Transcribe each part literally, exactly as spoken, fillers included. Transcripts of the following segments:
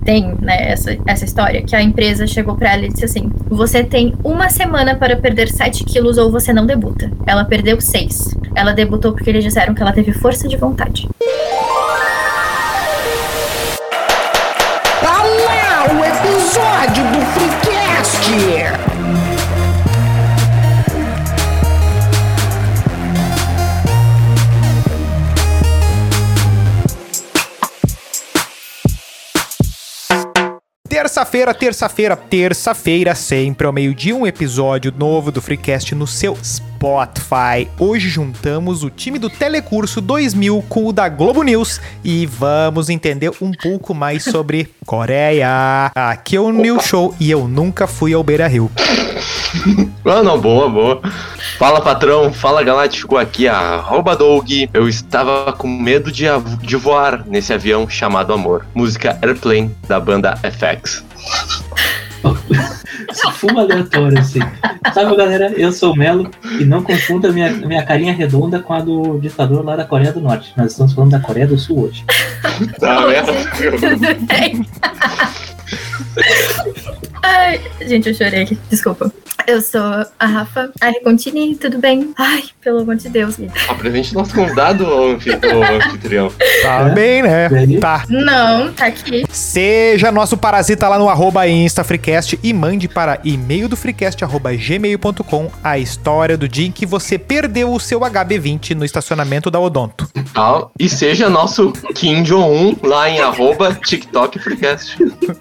tem, né, essa, essa história, que a empresa chegou pra ela e disse assim, você tem uma semana para perder sete quilos ou você não debuta. Ela perdeu seis. Ela debutou porque eles disseram que ela teve força de vontade. Tá lá o episódio do FreeCast! Terça-feira, terça-feira, terça-feira, sempre ao meio-dia, um episódio novo do FreeCast no seu Spotify. Hoje juntamos o time do Telecurso dois mil com o da Globo News e vamos entender um pouco mais sobre Coreia. Aqui é o New Show e eu nunca fui ao Beira-Rio. Ah, não, boa, boa. Fala, patrão. Fala, Galáctico. Aqui é a arroba Doug. Eu estava com medo de, de voar nesse avião chamado Amor. Música Airplane, da banda F X. Se fuma aleatório, assim. Sabe, galera, eu sou o Melo e não confunda minha, minha carinha redonda com a do ditador lá da Coreia do Norte. Nós estamos falando da Coreia do Sul hoje. Tá vendo? Tudo bem. Ai, gente, eu chorei aqui, desculpa. Eu sou a Rafa. Ai, continue, tudo bem? Ai, pelo amor de Deus. Apresente nosso convidado, o anfitrião. Tá É? bem, né? Bem. Tá. Não, tá aqui. Seja nosso parasita lá no arroba InstaFreecast e mande para e-mail do freecast arroba gmail ponto com a história do dia em que você perdeu o seu H B vinte no estacionamento da Odonto. Ah, e seja nosso Kim Jong-un lá em arroba TikTok Freecast.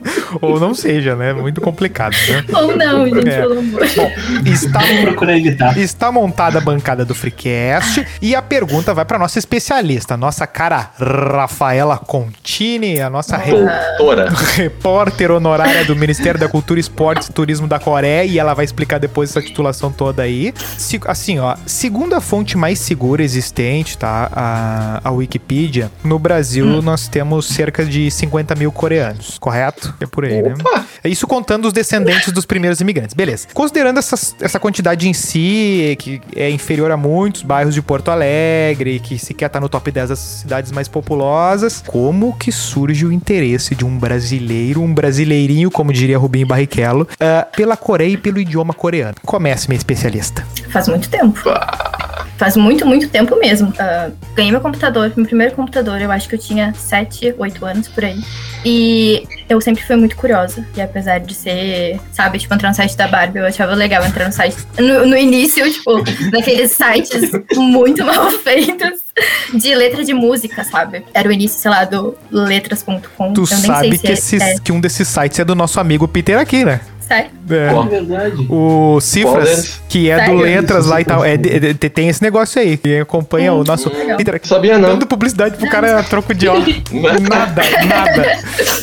Ou não seja, né? Muito complicado, né? Ou não, gente, É. pelo amor. Bom, está, Procura evitar. está montada a bancada do FreeCast e a pergunta vai para nossa especialista, nossa cara Rafaela Contini, a nossa re- Doutora. repórter honorária do Ministério da Cultura, Esportes e Turismo da Coreia, e ela vai explicar depois essa titulação toda aí. Se- assim, ó, segundo a fonte mais segura existente, tá? A, a Wikipedia, no Brasil Hum. nós temos cerca de cinquenta mil coreanos, correto? É por aí, né? Opa! Isso contando os descendentes dos primeiros imigrantes. Beleza. Considerando essas, essa quantidade em si, que é inferior a muitos bairros de Porto Alegre, que sequer tá no top dez das cidades mais populosas, como que surge o interesse de um brasileiro, um brasileirinho, como diria Rubinho Barrichello, ah, pela Coreia e pelo idioma coreano? Comece, minha especialista. Faz muito tempo. Faz muito, muito tempo mesmo. Ah, ganhei meu computador, meu primeiro computador, eu acho que eu tinha sete, oito anos por aí. E eu sempre fui muito curiosa. E apesar de ser, sabe, tipo, entrar no site da Barbie, eu achava legal entrar no site. No, no início, tipo, naqueles sites muito mal feitos de letra de música, sabe? Era o início, sei lá, do letras ponto com. Tu eu nem sabe sei se que, é, esses- é, que um desses sites é do nosso amigo Peter aqui, né? sério? É. É verdade. O Qual Cifras, deles? que é do Sério? Letras lá e tal, é, Cifras. de- de- tem esse negócio aí, que acompanha Hum, o nosso legal. Peter aqui. Sabia não. Dando publicidade pro cara a troco de ó. Nada, nada.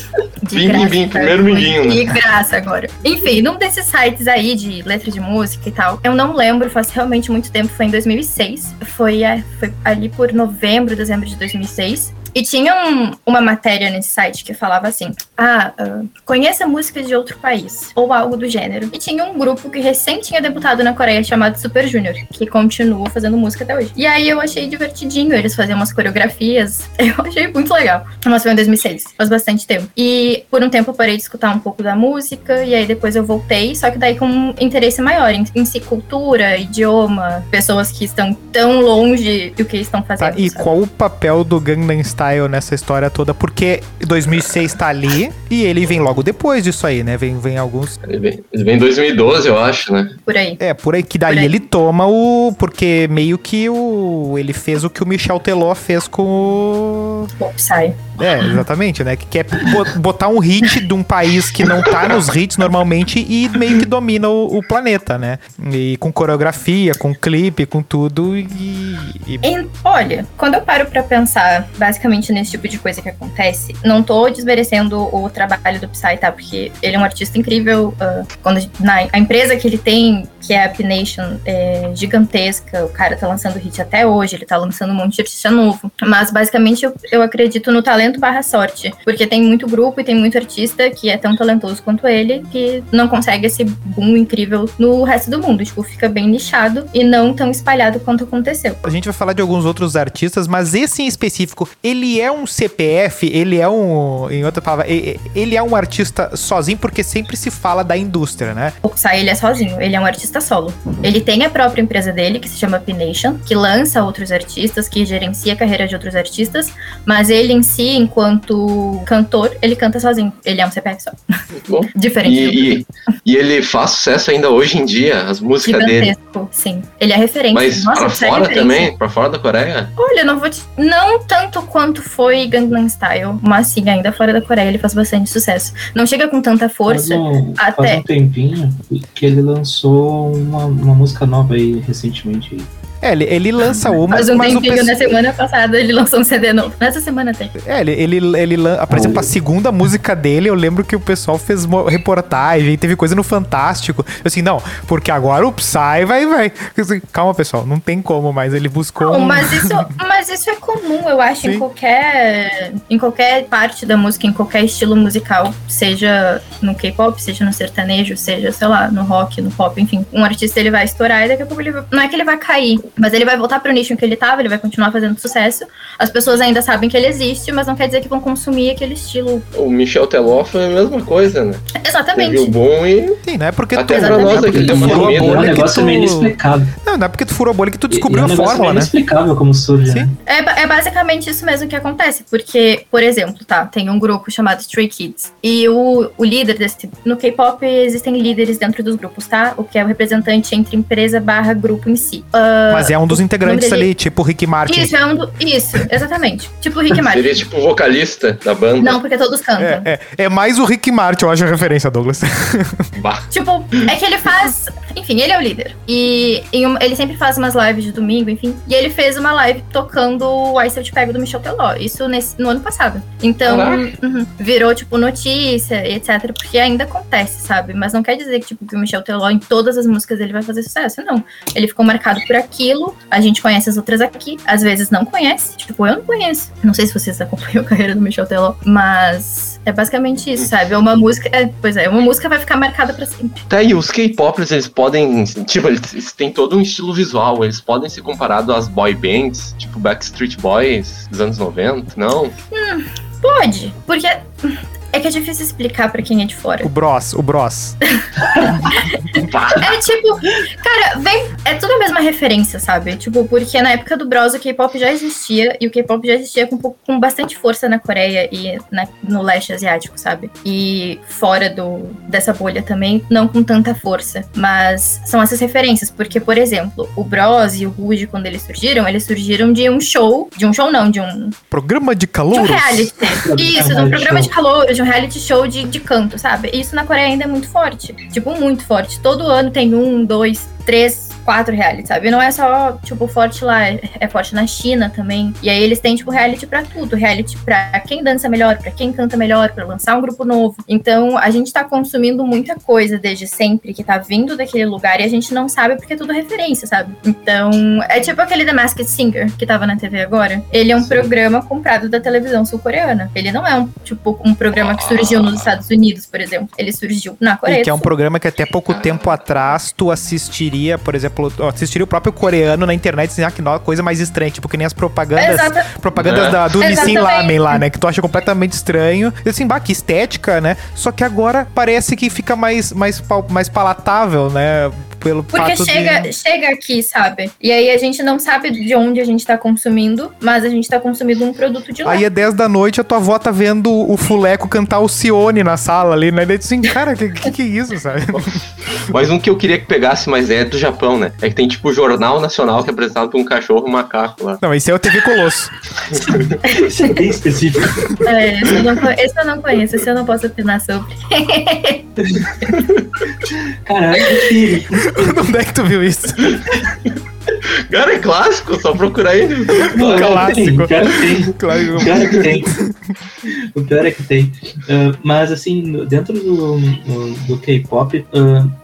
De Bim, bim, bim, primeiro minguinho, né? De graça agora. Enfim, num desses sites aí de letra de música e tal, eu não lembro, faz realmente muito tempo, foi em dois mil e seis. Foi, é, foi ali por novembro, dezembro de dois mil e seis. E tinha um- uma matéria nesse site que falava assim, ah, ah, conheça músicas de outro país, ou algo do gênero. E tinha um grupo que recém tinha debutado na Coreia chamado Super Junior, que continua fazendo música até hoje. E aí eu achei divertidinho, eles faziam umas coreografias, eu achei muito legal. Mas foi em dois mil e seis, faz bastante tempo. E por um tempo eu parei de escutar um pouco da música, e aí depois eu voltei, só que daí com um interesse maior em, em si, cultura, idioma, pessoas que estão tão longe do que estão fazendo. Tá, e sabe? qual o papel do Gangnam Style nessa história toda? Porque dois mil e seis tá ali e ele vem logo depois disso aí, né? Vem, vem alguns... Ele vem, ele vem em dois mil e doze, eu acho, né? Por aí. É, por aí, que daí Por aí. ele toma o... Porque meio que o... Ele fez o que o Michel Teló fez com o... Bom, sai. É, exatamente, né? Que quer bo- botar um hit de um país que não tá nos hits normalmente e meio que domina o, o planeta, né? E com coreografia, com clipe, com tudo e... e- E, olha, quando eu paro pra pensar basicamente nesse tipo de coisa que acontece, não tô desmerecendo o trabalho do Psy, tá? Porque ele é um artista incrível. ah, quando, na, a empresa que ele tem, que é a P-Nation, é gigantesca, o cara tá lançando hit até hoje, ele tá lançando um monte de artista novo. Mas basicamente eu, eu acredito no talento barra sorte, porque tem muito grupo e tem muito artista que é tão talentoso quanto ele, que não consegue esse boom incrível no resto do mundo. Tipo, fica bem nichado e não tão espalhado quanto aconteceu. A gente vai falar de alguns outros artistas, mas esse em específico, ele é um C P F, ele é um, em outra palavra, ele é um artista sozinho, porque sempre se fala da indústria, né? O Psy, ele é sozinho, ele é um artista solo. Ele tem a própria empresa dele, que se chama P-Nation, que lança outros artistas, que gerencia a carreira de outros artistas, mas ele em si, enquanto cantor, ele canta sozinho. Ele é um C P F só. Bom. Diferente e, do... e, e ele faz sucesso ainda hoje em dia, as músicas dele. Sim. Ele é referência. Mas Nossa, pra Psy fora é também? Pra fora da Coreia? Olha, não vou te... Não tanto quanto foi Gangnam Style, mas sim, ainda fora da Coreia ele faz bastante sucesso. Não chega com tanta força. Faz um, até... faz um tempinho que ele lançou uma, uma música nova aí recentemente. É, ele, ele lança uma, mas um mas o tempinho, pessoal... na semana passada ele lançou um C D novo. Nessa semana tem. É, ele, ele, ele lan- por exemplo, a segunda música dele, eu lembro que o pessoal fez mo- reportagem, teve coisa no Fantástico. Eu assim, não, porque agora o Psy vai, vai. Eu assim, calma, pessoal, não tem como, mas ele buscou Não, um... mas isso, mas isso é comum, eu acho, Sim. em qualquer, em qualquer parte da música, em qualquer estilo musical, seja no K-pop, seja no sertanejo, seja, sei lá, no rock, no pop, enfim. Um artista, ele vai estourar e daqui a pouco ele vai... Não é que ele vai cair, mas ele vai voltar pro nicho em que ele tava, ele vai continuar fazendo sucesso. As pessoas ainda sabem que ele existe, mas não quer dizer que vão consumir aquele estilo. O Michel Teló foi a mesma coisa, né? Exatamente. Teve o bom e... Sim, não é porque Até tu... pra nós aqui, deu uma furou a comida, É um bolha que negócio tu... meio inexplicável. Não, não é porque tu furou a bolha que tu E descobriu é um a negócio fórmula, meio né? inexplicável como surge, Sim. né? É, ba- é basicamente isso mesmo que acontece, porque, por exemplo, tá, tem um grupo chamado Stray Kids, e o, o líder desse... No K-pop existem líderes dentro dos grupos, tá? O que é o representante entre empresa barra grupo em si. Uh, Mas é um dos integrantes dele- ali, tipo o Rick Martin. Isso, é um do... Isso, exatamente. Tipo o Rick Martin. Seria tipo o vocalista da banda. Não, porque todos cantam. É, é, é mais o Rick Martin, eu acho a referência, Douglas. Bah. Tipo, é que ele faz... Enfim, ele é o líder. E em um- ele sempre faz umas lives de domingo, enfim. E ele fez uma live tocando o Ai Se Eu Te Pego do Michel Teló. Isso nesse, no ano passado. Então, Caraca. uhum, virou, tipo, notícia, etcétera. Porque ainda acontece, sabe? Mas não quer dizer que, tipo, que o Michel Teló, em todas as músicas dele, vai fazer sucesso. Não. Ele ficou marcado por aquilo. A gente conhece as outras aqui. Às vezes não conhece. Tipo, eu não conheço. Não sei se vocês acompanham a carreira do Michel Teló. Mas é basicamente isso, sabe? É uma música... É, pois é, uma música vai ficar marcada pra sempre. Tá, e os K-popers, eles podem, tipo, eles têm todo um estilo visual, eles podem ser comparados às boy bands, tipo Backstreet Boys dos anos noventa, não? Pode, porque é que é difícil explicar pra quem é de fora. O Bros, o Bros. Pá. É tipo, cara, vem, é tudo a mesma referência, sabe? Tipo, porque na época do Bros o K-pop já existia, e o K-pop já existia com, um pouco- com bastante força na Coreia e na- no leste asiático, sabe? E fora do, dessa bolha também, não com tanta força. Mas são essas referências, porque, por exemplo, o Bros e o Rude, quando eles surgiram, eles surgiram de um show, de um show não, de um Programa de de um calouros. reality. Isso, de um reality programa show. de calor, de um reality show de, de canto, sabe? Isso na Coreia ainda é muito forte. Tipo, muito forte. Todo ano tem um, dois, três, quatro reality, sabe? Não é só, tipo, forte lá, é, é forte na China também. E aí eles têm, tipo, reality pra tudo. Reality pra quem dança melhor, pra quem canta melhor, pra lançar um grupo novo. Então, a gente tá consumindo muita coisa desde sempre que tá vindo daquele lugar e a gente não sabe porque é tudo referência, sabe? Então, é tipo aquele The Masked Singer que tava na T V agora. Ele é um Sim. programa comprado da televisão sul-coreana. Ele não é um, tipo, um programa que surgiu nos Estados Unidos, por exemplo. Ele surgiu na Coreia E que é do um Sul. programa que até pouco tempo atrás tu assistiria, por exemplo, tu assistiria o próprio coreano na internet, assim, ah, que no- coisa mais estranha, tipo que nem as propagandas, Exata- propagandas É. da, do Nissin Exatamente. Lamen lá, né, que tu acha completamente estranho. E assim, bah, que estética, né? Só que agora parece que fica mais, mais, pal- mais palatável, né? Pelo Porque fato chega, de... chega aqui, sabe? E aí a gente não sabe de onde a gente tá consumindo, mas a gente tá consumindo um produto de lá. Aí é dez da noite, a tua avó tá vendo o Fuleco cantar o Cione na sala ali, né? E daí tu assim, cara, que, que que é isso, sabe? Mas um que eu queria que pegasse, mas é do Japão, né? É que tem tipo o Jornal Nacional que é apresentado por um cachorro e um macaco lá. Não, esse é o T V Colosso. Isso é bem específico. É, esse, eu não, co- esse eu não conheço, esse eu não posso opinar sobre. Caralho, que Onde é que tu viu isso? Cara, é clássico, só procurar ele. Não, Clássico. Tem, pior que tem. Claro. O pior é que tem. O pior é que tem. Ah, mas, assim, no- dentro do, no- do K-pop, ah,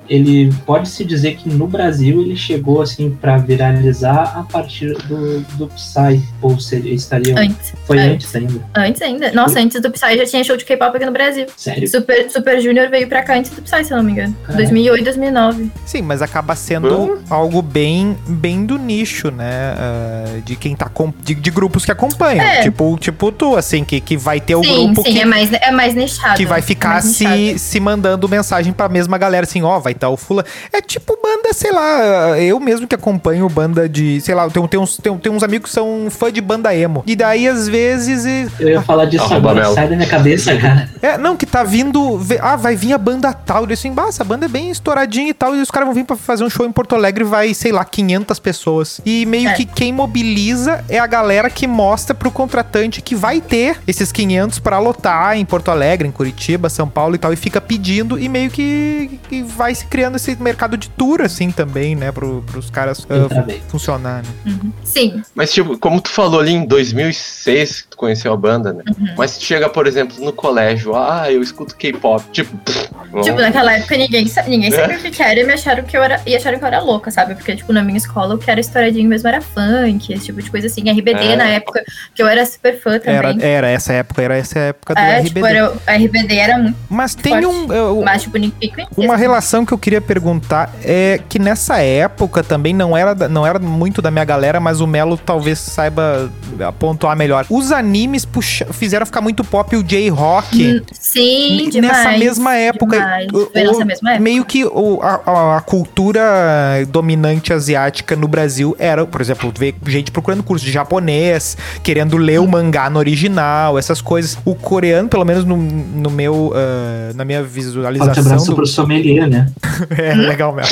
ele pode-se dizer que no Brasil ele chegou assim pra viralizar a partir do, do Psy, ou seja, estaria... Antes. Foi antes. antes ainda? Antes ainda. Nossa, antes do Psy já tinha show de K-pop aqui no Brasil. Sério? Super, Super Junior veio pra cá antes do Psy, se eu não me engano. Caraca. dois mil e oito, dois mil e nove. Sim, mas acaba sendo Hum? algo bem, bem do nicho, né? Uh, de quem tá... Com, de, de grupos que acompanham. É. Tipo, tipo tu, assim, que, que vai ter o Sim, grupo sim, que... é mais, é mais nichado. Que vai É ficar mais se, nichado. se mandando mensagem pra mesma galera, assim, ó, vai estar o fulano. É tipo banda, sei lá, eu mesmo que acompanho banda de, sei lá, tem, tem, uns, tem, tem uns amigos que são fã de banda emo. E daí, às vezes... E, Eu ia falar disso Arroba agora, Mel. sai da minha cabeça, cara. é, não, que tá vindo... ve- Ah, vai vir a banda tal. E assim, bah, essa banda é bem estouradinha e tal. E os caras vão vir pra fazer um show em Porto Alegre e vai, sei lá, quinhentas pessoas. E meio É. que quem mobiliza é a galera que mostra pro contratante que vai ter esses quinhentos pra lotar em Porto Alegre, em Curitiba, São Paulo e tal. E fica pedindo e meio que, que vai se criando esse mercado de tour, assim, também, né? Pro, pros caras ah, Entra bem. funcionar, né? Uhum. Sim. Mas, tipo, como tu falou ali em dois mil e seis, que tu conheceu a banda, né? Uhum. Mas tu chega, por exemplo, no colégio, ah, eu escuto K-pop. Tipo, pff, Tipo, bom. naquela época ninguém, sa- ninguém É. sabia o que que era e me acharam que eu era, e acharam que eu era louca, sabe? Porque, tipo, na minha escola o que era estouradinho mesmo era funk, esse tipo de coisa assim. R B D É. na época, que eu era super fã Era, também. era essa época, era essa época do É, R B D. tipo, era, a R B D era muito Mas tem forte. um... eu- mais, tipo, nem pico em Uma relação que eu queria perguntar é que nessa época também não era, da- não era muito da minha galera, mas o Melo talvez saiba pontuar melhor. Os animes puxa- fizeram ficar muito pop o J-Rock. Hum, Sim, N- demais. Nessa mesma época, Demais. o- Foi nessa o- mesma época. meio que o- a, a- a cultura dominante asiática no Brasil era, por exemplo, ver gente procurando curso de japonês, querendo ler o mangá no original, essas coisas. O coreano, pelo menos no, no meu, ah, na minha Forte visualização abraço do, pro sommelier, né? é, legal, Melo.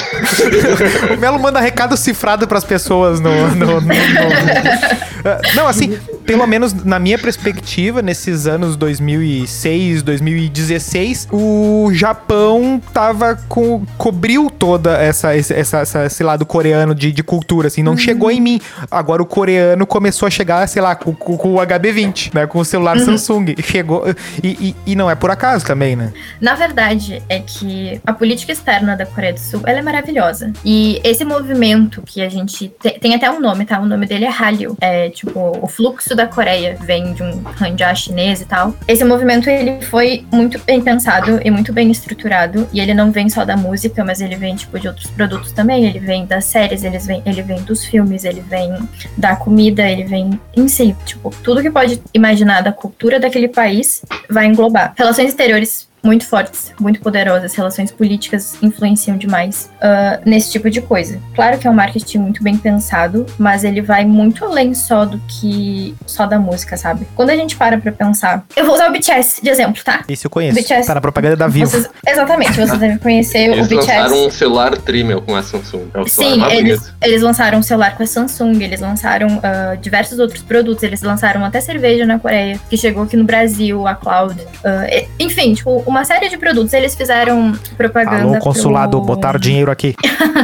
O Melo manda recado cifrado pras pessoas no... no- no- no- Ah, Não, assim, pelo menos na minha perspectiva, nesses anos dois mil e seis, dois mil e dezesseis, o Japão tava com... cobriu toda essa, esse, essa, essa- esse lado coreano de, de cultura, assim, não chegou em mim. Agora o coreano começou a chegar, sei lá, com, com- com o H B vinte, né, com o celular Samsung. Chegou... E, e- e não é por acaso também, né? Na verdade, é que a política externa da Coreia do Sul, ela é maravilhosa. E esse movimento que a gente... Tem, tem até um nome, tá? O nome dele é Hallyu. É, tipo, o fluxo da Coreia vem de um Hanja chinês e tal. Esse movimento, ele foi muito bem pensado e muito bem estruturado. E ele não vem só da música, mas ele vem, tipo, de outros produtos também. Ele vem das séries, ele vem, ele vem dos filmes, ele vem da comida, ele vem em si. Tipo, tudo que pode imaginar da cultura daquele país vai englobar. Relações exteriores muito fortes, muito poderosas, relações políticas influenciam demais uh, nesse tipo de coisa. Claro que é um marketing muito bem pensado, mas ele vai muito além só do que só da música, sabe? Quando a gente para pra pensar, eu vou usar o B T S de exemplo, tá? Esse eu conheço. B T S. Tá na propaganda da Vivo. Vocês, exatamente, vocês devem conhecer o Eles B T S. lançaram um celular Trimel com a Samsung. É o celular Sim, mais eles, bonito. eles lançaram um celular com a Samsung, eles lançaram uh, diversos outros produtos, eles lançaram até cerveja na Coreia, que chegou aqui no Brasil, a Cloud. Uh, e- enfim, tipo, uma série de produtos. Eles fizeram propaganda. Alô, consulado, pro... botaram dinheiro aqui.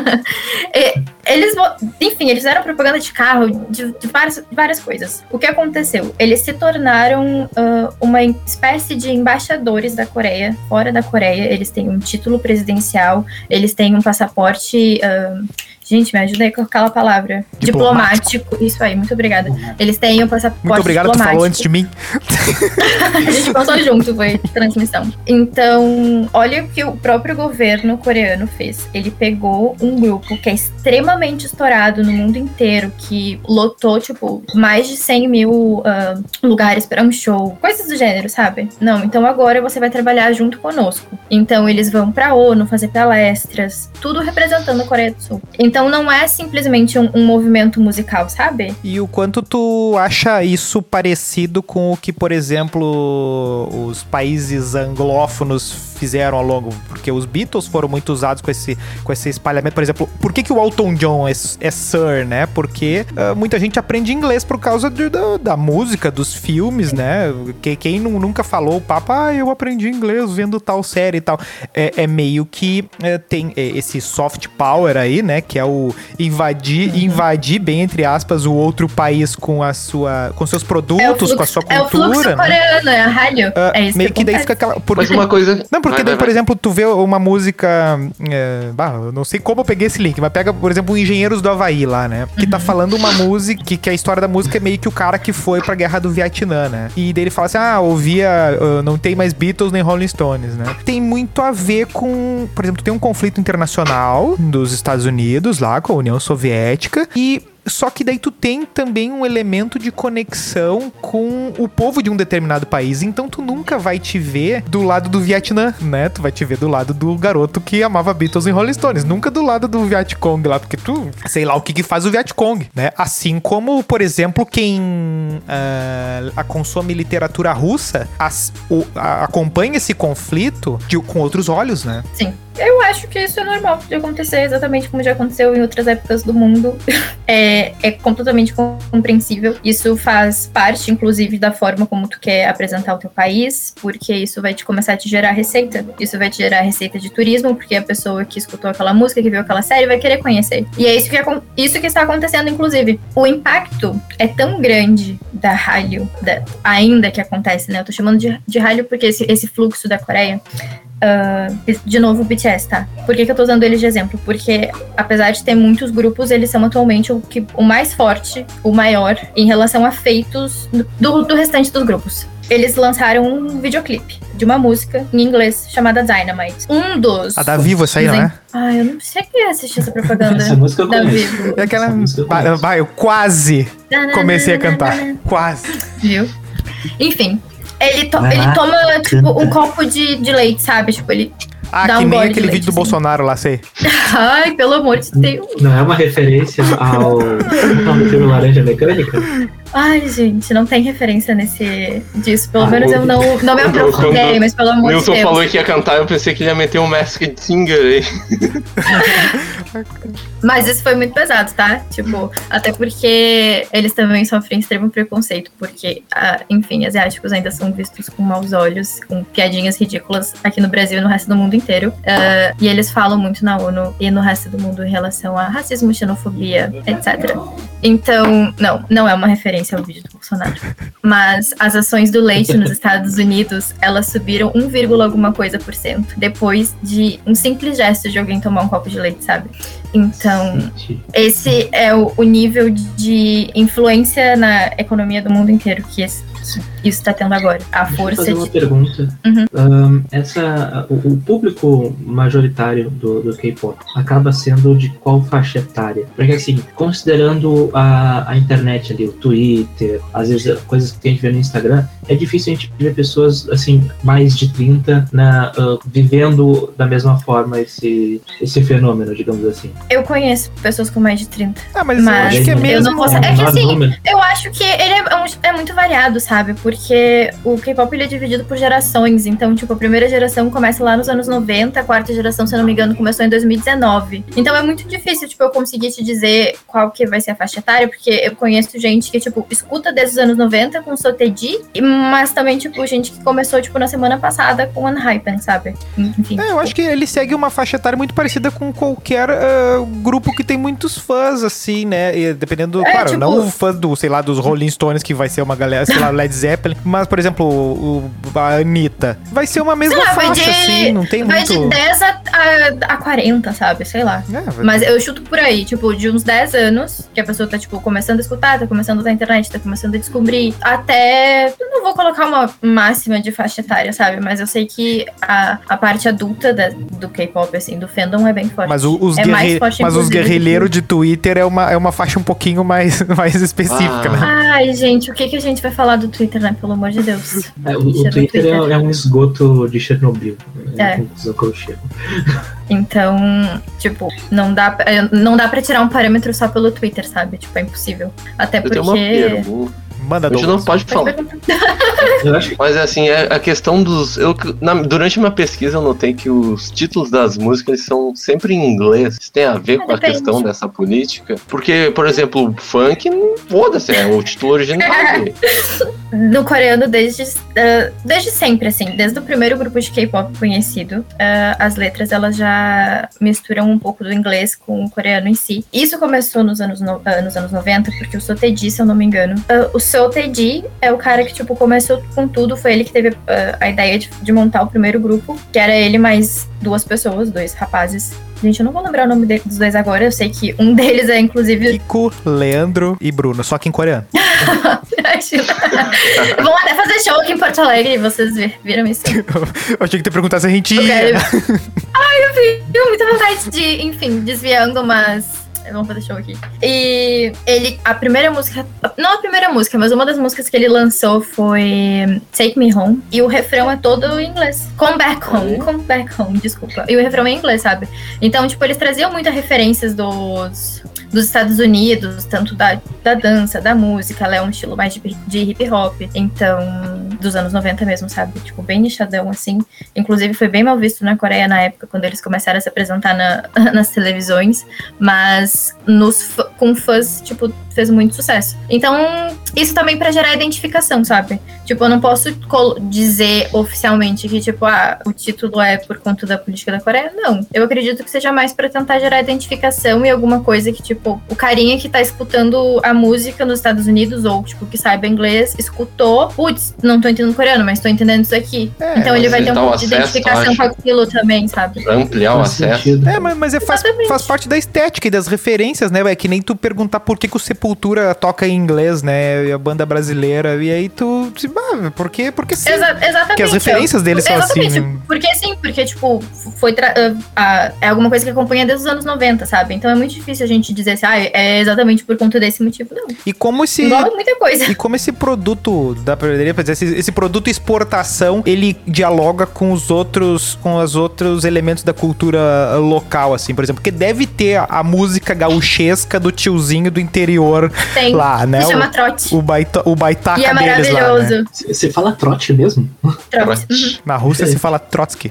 E eles, vo- enfim, eles fizeram propaganda de carro, de, de várias, de várias coisas. O que aconteceu? Eles se tornaram uh, uma espécie de embaixadores da Coreia, fora da Coreia. Eles têm um título presidencial, eles têm um passaporte. Uh, gente, me ajuda aí com aquela palavra. Diplomático. Diplomático. Isso aí, muito obrigada. Eles têm um passaporte Muito obrigado, tu diplomático. falou antes de mim. A gente passou junto, foi transmissão. Então, olha o que o próprio governo coreano fez. Ele pegou um grupo que é extremamente estourado no mundo inteiro, que lotou, tipo, mais de cem mil ah, lugares para um show, coisas do gênero, sabe? Não, então agora você vai trabalhar junto conosco. Então, eles vão pra ONU fazer palestras, tudo representando a Coreia do Sul. Então, não é simplesmente um, um movimento musical, sabe? E o quanto tu acha isso parecido com o que, por exemplo, os países anglófonos fizeram ao longo? Porque os Beatles foram muito usados com esse, com esse espalhamento. Por exemplo, por que, que o Elton John é, é Sir, né? Porque uh, muita gente aprende inglês por causa de, da, da música, dos filmes, né? Que, quem nu- nunca falou o papo, ah, eu aprendi inglês vendo tal série e tal. É, é meio que é, tem esse soft power aí, né? Que é o invadir, Uhum. invadir, bem entre aspas, o outro país com a sua, com seus produtos, É o fluxo, com a sua é o cultura, fluxo né? coreano, é a Hallyu. Ah, é isso meio que, que daí acontece. fica aquela... Por... Mas uma coisa... Não, porque Vai, daí, vai, por vai. exemplo, tu vê uma música... É, bah, eu não sei como eu peguei esse link, mas pega, por exemplo, o Engenheiros do Havaí lá, né? Que tá falando uma música, que, que a história da música é meio que o cara que foi pra Guerra do Vietnã, né? E daí ele fala assim, ah, ouvia... Uh, não tem mais Beatles nem Rolling Stones, né? Tem muito a ver com... Por exemplo, tem um conflito internacional dos Estados Unidos lá, com a União Soviética, e... Só que daí tu tem também um elemento de conexão com o povo de um determinado país. Então tu nunca vai te ver do lado do Vietnã, né? Tu vai te ver do lado do garoto que amava Beatles e Rolling Stones. Nunca do lado do Vietcong lá, porque tu... Sei lá o que que faz o Vietcong, né? Assim como, por exemplo, quem uh, a consome literatura russa as, o, a, acompanha esse conflito de, com outros olhos, né? Sim. Eu acho que isso é normal de acontecer, exatamente como já aconteceu em outras épocas do mundo. É, é completamente compreensível. Isso faz parte, inclusive, da forma como tu quer apresentar o teu país, porque isso vai te começar a te gerar receita. Isso vai te gerar receita de turismo, porque a pessoa que escutou aquela música, que viu aquela série, vai querer conhecer. E é isso que, isso que está acontecendo, inclusive. O impacto é tão grande da Hallyu, da, ainda que acontece, né? Eu tô chamando de, de Hallyu porque esse, esse fluxo da Coreia... Uh, de novo o B T S, tá? Por que, que eu tô usando eles de exemplo? Porque, apesar de ter muitos grupos, eles são atualmente o, que, o mais forte, o maior, em relação a feitos do, do restante dos grupos. Eles lançaram um videoclipe de uma música em inglês chamada Dynamite. Um dos... A da Vivo, essa aí, não é? Ah, eu não sei quem assistiu essa propaganda. Essa música eu da conheço. Vivo. É aquela... Essa música eu conheço. Vai, eu quase comecei a cantar. Quase. Viu? Enfim. Ele, to- Vai ele lá, toma, tipo, canta. um copo de, de leite, sabe? Tipo, ele Ah, dá que um nem gole de aquele leite, vídeo do assim. Bolsonaro lá, sei. Ai, pelo amor de Deus. Não é uma referência ao ao filme Laranja Mecânica? Ai, gente, não tem referência nesse disso. Pelo Ah, menos o- eu não, não me aprofundei, Quando mas pelo O amor de Nilson Deus. falou que ia cantar, eu pensei que ele ia meter um Masked Singer aí. Mas isso foi muito pesado, tá? Tipo, até porque eles também sofrem extremo preconceito, porque, ah, enfim, asiáticos ainda são vistos com maus olhos, com piadinhas ridículas aqui no Brasil e no resto do mundo inteiro. Ah, e eles falam muito na ONU e no resto do mundo em relação a racismo, xenofobia, etcétera. Então, não, não é uma referência ao vídeo do Bolsonaro. Mas as ações do leite nos Estados Unidos, elas subiram um vírgula alguma coisa por cento depois de um simples gesto de alguém tomar um copo de leite, sabe? Então, Gente, esse é o, o nível de influência na economia do mundo inteiro que, esse, que isso está tendo agora. A deixa eu força fazer uma de... pergunta. Uhum. Ahn, essa, o, o público majoritário do, do K-pop acaba sendo de qual faixa etária? Porque assim, considerando a, a internet ali, o Twitter, às vezes coisas que a gente vê no Instagram, é difícil a gente ver pessoas assim, mais de trinta na, ah, vivendo da mesma forma esse, esse fenômeno, digamos assim. Eu conheço pessoas com mais de trinta. Ah, mas, Mas eu acho que é eu mesmo... não vou saber. É que um assim, número. eu acho que ele é, um- é muito variado, sabe? Porque o K-pop ele é dividido por gerações. Então, tipo, a primeira geração começa lá nos anos noventa, a quarta geração, se eu não me engano, começou em dois mil e dezenove. Então é muito difícil, tipo, eu conseguir te dizer qual que vai ser a faixa etária, porque eu conheço gente que, tipo, escuta desde os anos noventa com Sotedi, mas também, tipo, gente que começou, tipo, na semana passada com Unhypen, sabe? Enfim. É, eu acho que ele segue uma faixa etária muito parecida com qualquer ah, grupo que tem muitos fãs, assim, né? E dependendo, É, claro, tipo- não o fã do, sei lá, dos Rolling Stones, que vai ser uma galera, sei lá, Led Zeppelin, mas, por exemplo, o, o- a Anitta. Vai ser uma mesma Sei lá, vai faixa, de- assim, não tem Vai muito... de dez a, a, a quarenta, sabe? Sei lá. É, vai- Mas eu chuto por aí, tipo, de uns dez anos, que a pessoa tá, tipo, começando a escutar, tá começando a usar a internet, tá começando a descobrir, até... Eu não vou colocar uma máxima de faixa etária, sabe? Mas eu sei que a, a parte adulta da- do K-pop, assim, do fandom é bem forte. Mas, o- os, É guerre... mais forte, mas os inclusive, guerrilheiros de Twitter é uma, é uma faixa um pouquinho mais, mais específica, Ah. né? Ai, gente, o que, que a gente vai falar do Twitter, né? Pelo amor de Deus. É, o, Deixa o no Twitter é, é um esgoto de Chernobyl. É, É. a conclusão que eu chego. Então, tipo, não dá, pra- não dá pra tirar um parâmetro só pelo Twitter, sabe? Tipo, é impossível. Até Eu porque... tenho uma pergunta. Manda, A gente não Douglas. pode falar. Eu acho que Mas assim, é a questão dos. Eu, na- durante uma pesquisa eu notei que os títulos das músicas eles são sempre em inglês. Isso tem a ver Ah, com a depende. questão dessa política? Porque, por exemplo, funk, não- foda-se, é o título original. dele. No coreano, desde, uh, desde sempre, assim, desde o primeiro grupo de K-pop conhecido, uh, as letras elas já misturam um pouco do inglês com o coreano em si. Isso começou nos anos, no, uh, nos anos noventa, porque o Sotedi, se eu não me engano, uh, o Seo Tae-ji é o cara que, tipo, começou com tudo. Foi ele que teve uh, a ideia de, de montar o primeiro grupo, que era ele mais duas pessoas, dois rapazes. Gente, eu não vou lembrar o nome de, dos dois agora. Eu sei que um deles é, inclusive... Kiko, Leandro e Bruno, só que em coreano. Vão até fazer show aqui em Porto Alegre e vocês viram isso. Eu achei que tu ia perguntar se a gente ia. Quero... Ai, eu fico muita vontade de, enfim, desviando, mas... Vamos fazer show aqui. E ele, a primeira música, não a primeira música, mas uma das músicas que ele lançou foi Take Me Home. E o refrão é todo em inglês. Come Back Home, Come Back Home, desculpa. E o refrão é em inglês, sabe? Então, tipo, eles traziam muitas referências dos, dos Estados Unidos, tanto da, da dança, da música. Ela é um estilo mais de, de hip hop. Então, dos anos noventa mesmo, sabe? Tipo, bem nichadão, assim. Inclusive, foi bem mal visto na Coreia na época, quando eles começaram a se apresentar na, nas televisões. Mas nos, com fãs, tipo, fez muito sucesso. Então, isso também pra gerar identificação, sabe? Tipo, eu não posso dizer oficialmente que, tipo, ah, o título é por conta da política da Coreia. Não. Eu acredito que seja mais pra tentar gerar identificação e alguma coisa que, tipo, o carinha que tá escutando a música nos Estados Unidos ou, tipo, que saiba inglês, escutou, putz, não tô entendendo coreano, mas tô entendendo isso aqui. É, então ele vai ter um pouco de identificação com aquilo também, sabe? Ampliar o acesso. É, mas, mas é, faz, faz parte da estética e das referências, né? É que nem tu perguntar por que, que o Sepultura toca em inglês, né? E a banda brasileira. E aí tu... Ah, por quê? Porque sim. Exa- exatamente. Porque as referências deles são assim. Né? Porque sim, porque, tipo, foi tra- uh, uh, é alguma coisa que acompanha desde os anos noventa, sabe? Então é muito difícil a gente dizer assim, ah, é exatamente por conta desse motivo, não. E como esse... Igual muita coisa. E como esse produto, dá pra dizer, esse, esse produto exportação, ele dialoga com os outros, com os outros elementos da cultura local, assim, por exemplo. Porque deve ter a, a música gauchesca do tiozinho do interior. Tem. Lá, né? Se chama o, trote. O, baita, o baitaca e é deles lá, né? Você fala trote mesmo? Trote. Uhum. Na Rússia se fala Trotsky.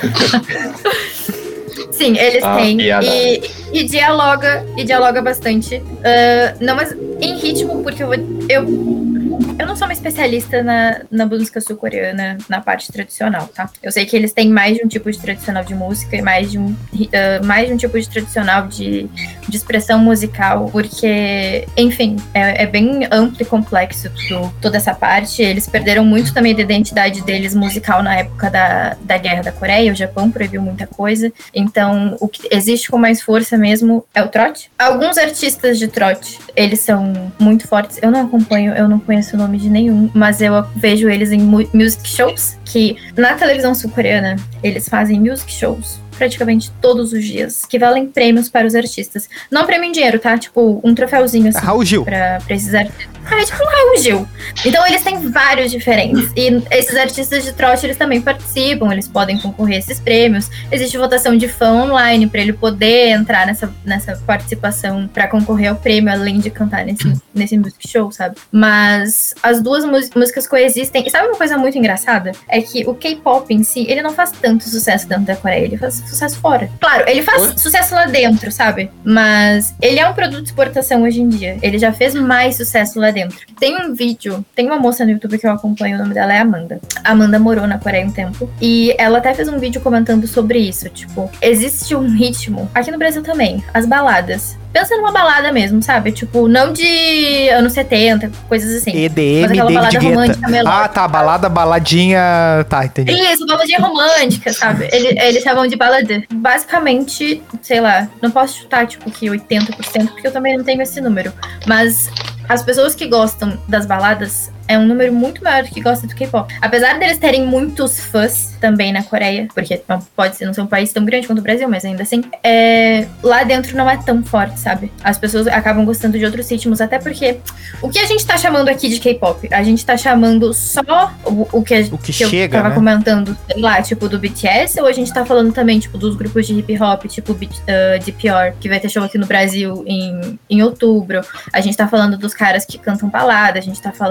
Sim, eles ah, têm. Piada. E, e dialoga, e dialoga bastante. Uh, não, mas em ritmo, porque eu vou. Eu, eu não sou uma especialista na, na música sul-coreana, na parte tradicional, tá? Eu sei que eles têm mais de um tipo de tradicional de música e mais de um, uh, mais de um tipo de tradicional de, de expressão musical, porque, enfim, é, é bem amplo e complexo tudo, toda essa parte. Eles perderam muito também da identidade deles musical na época da, da Guerra da Coreia. O Japão proibiu muita coisa. Então, o que existe com mais força mesmo é o trote. Alguns artistas de trote, eles são muito fortes. Eu não acompanho, eu não conheço o nome de nenhum, mas eu vejo eles em mu- music shows, que na televisão sul-coreana, eles fazem music shows praticamente todos os dias, que valem prêmios para os artistas. Não prêmio em dinheiro, tá? Tipo, um troféuzinho assim. Raul Gil. Pra, pra esses artistas. Ah, é tipo um Raul Gil. Então eles têm vários diferentes. E esses artistas de trote, eles também participam, eles podem concorrer a esses prêmios. Existe votação de fã online pra ele poder entrar nessa, nessa participação pra concorrer ao prêmio, além de cantar nesse, nesse music show, sabe? Mas as duas músicas coexistem. E sabe uma coisa muito engraçada? É que o K-pop em si, ele não faz tanto sucesso dentro da Coreia, ele faz sucesso fora. Claro, ele faz Oi? sucesso lá dentro, sabe? Mas ele é um produto de exportação hoje em dia. Ele já fez mais sucesso lá dentro. Tem um vídeo, tem uma moça no YouTube que eu acompanho, o nome dela é Amanda. A Amanda morou na Coreia um tempo e ela até fez um vídeo comentando sobre isso. Tipo, existe um ritmo, aqui no Brasil também, as baladas. Pensa numa balada mesmo, sabe? Tipo, não de anos setenta, coisas assim. E D M, mas aquela balada David romântica, Guetta. Ah, tá, balada, baladinha... Tá, entendi. Isso, baladinha romântica, sabe? Eles, eles chamam de balada. Basicamente, sei lá, não posso chutar, tipo, que oitenta por cento, porque eu também não tenho esse número. Mas as pessoas que gostam das baladas é um número muito maior do que gosta do K-pop. Apesar deles terem muitos fãs também na Coreia, porque não pode ser, não ser um país tão grande quanto o Brasil, mas ainda assim, é, lá dentro não é tão forte, sabe? As pessoas acabam gostando de outros ritmos, até porque o que a gente tá chamando aqui de K-pop, a gente tá chamando só o, o que, a, o que, que chega, eu tava né? comentando, sei lá, tipo, do B T S, ou a gente tá falando também, tipo, dos grupos de hip hop, tipo uh, D P R, que vai ter show aqui no Brasil em, em outubro. A gente tá falando dos caras que cantam balada, a gente tá falando, tipo,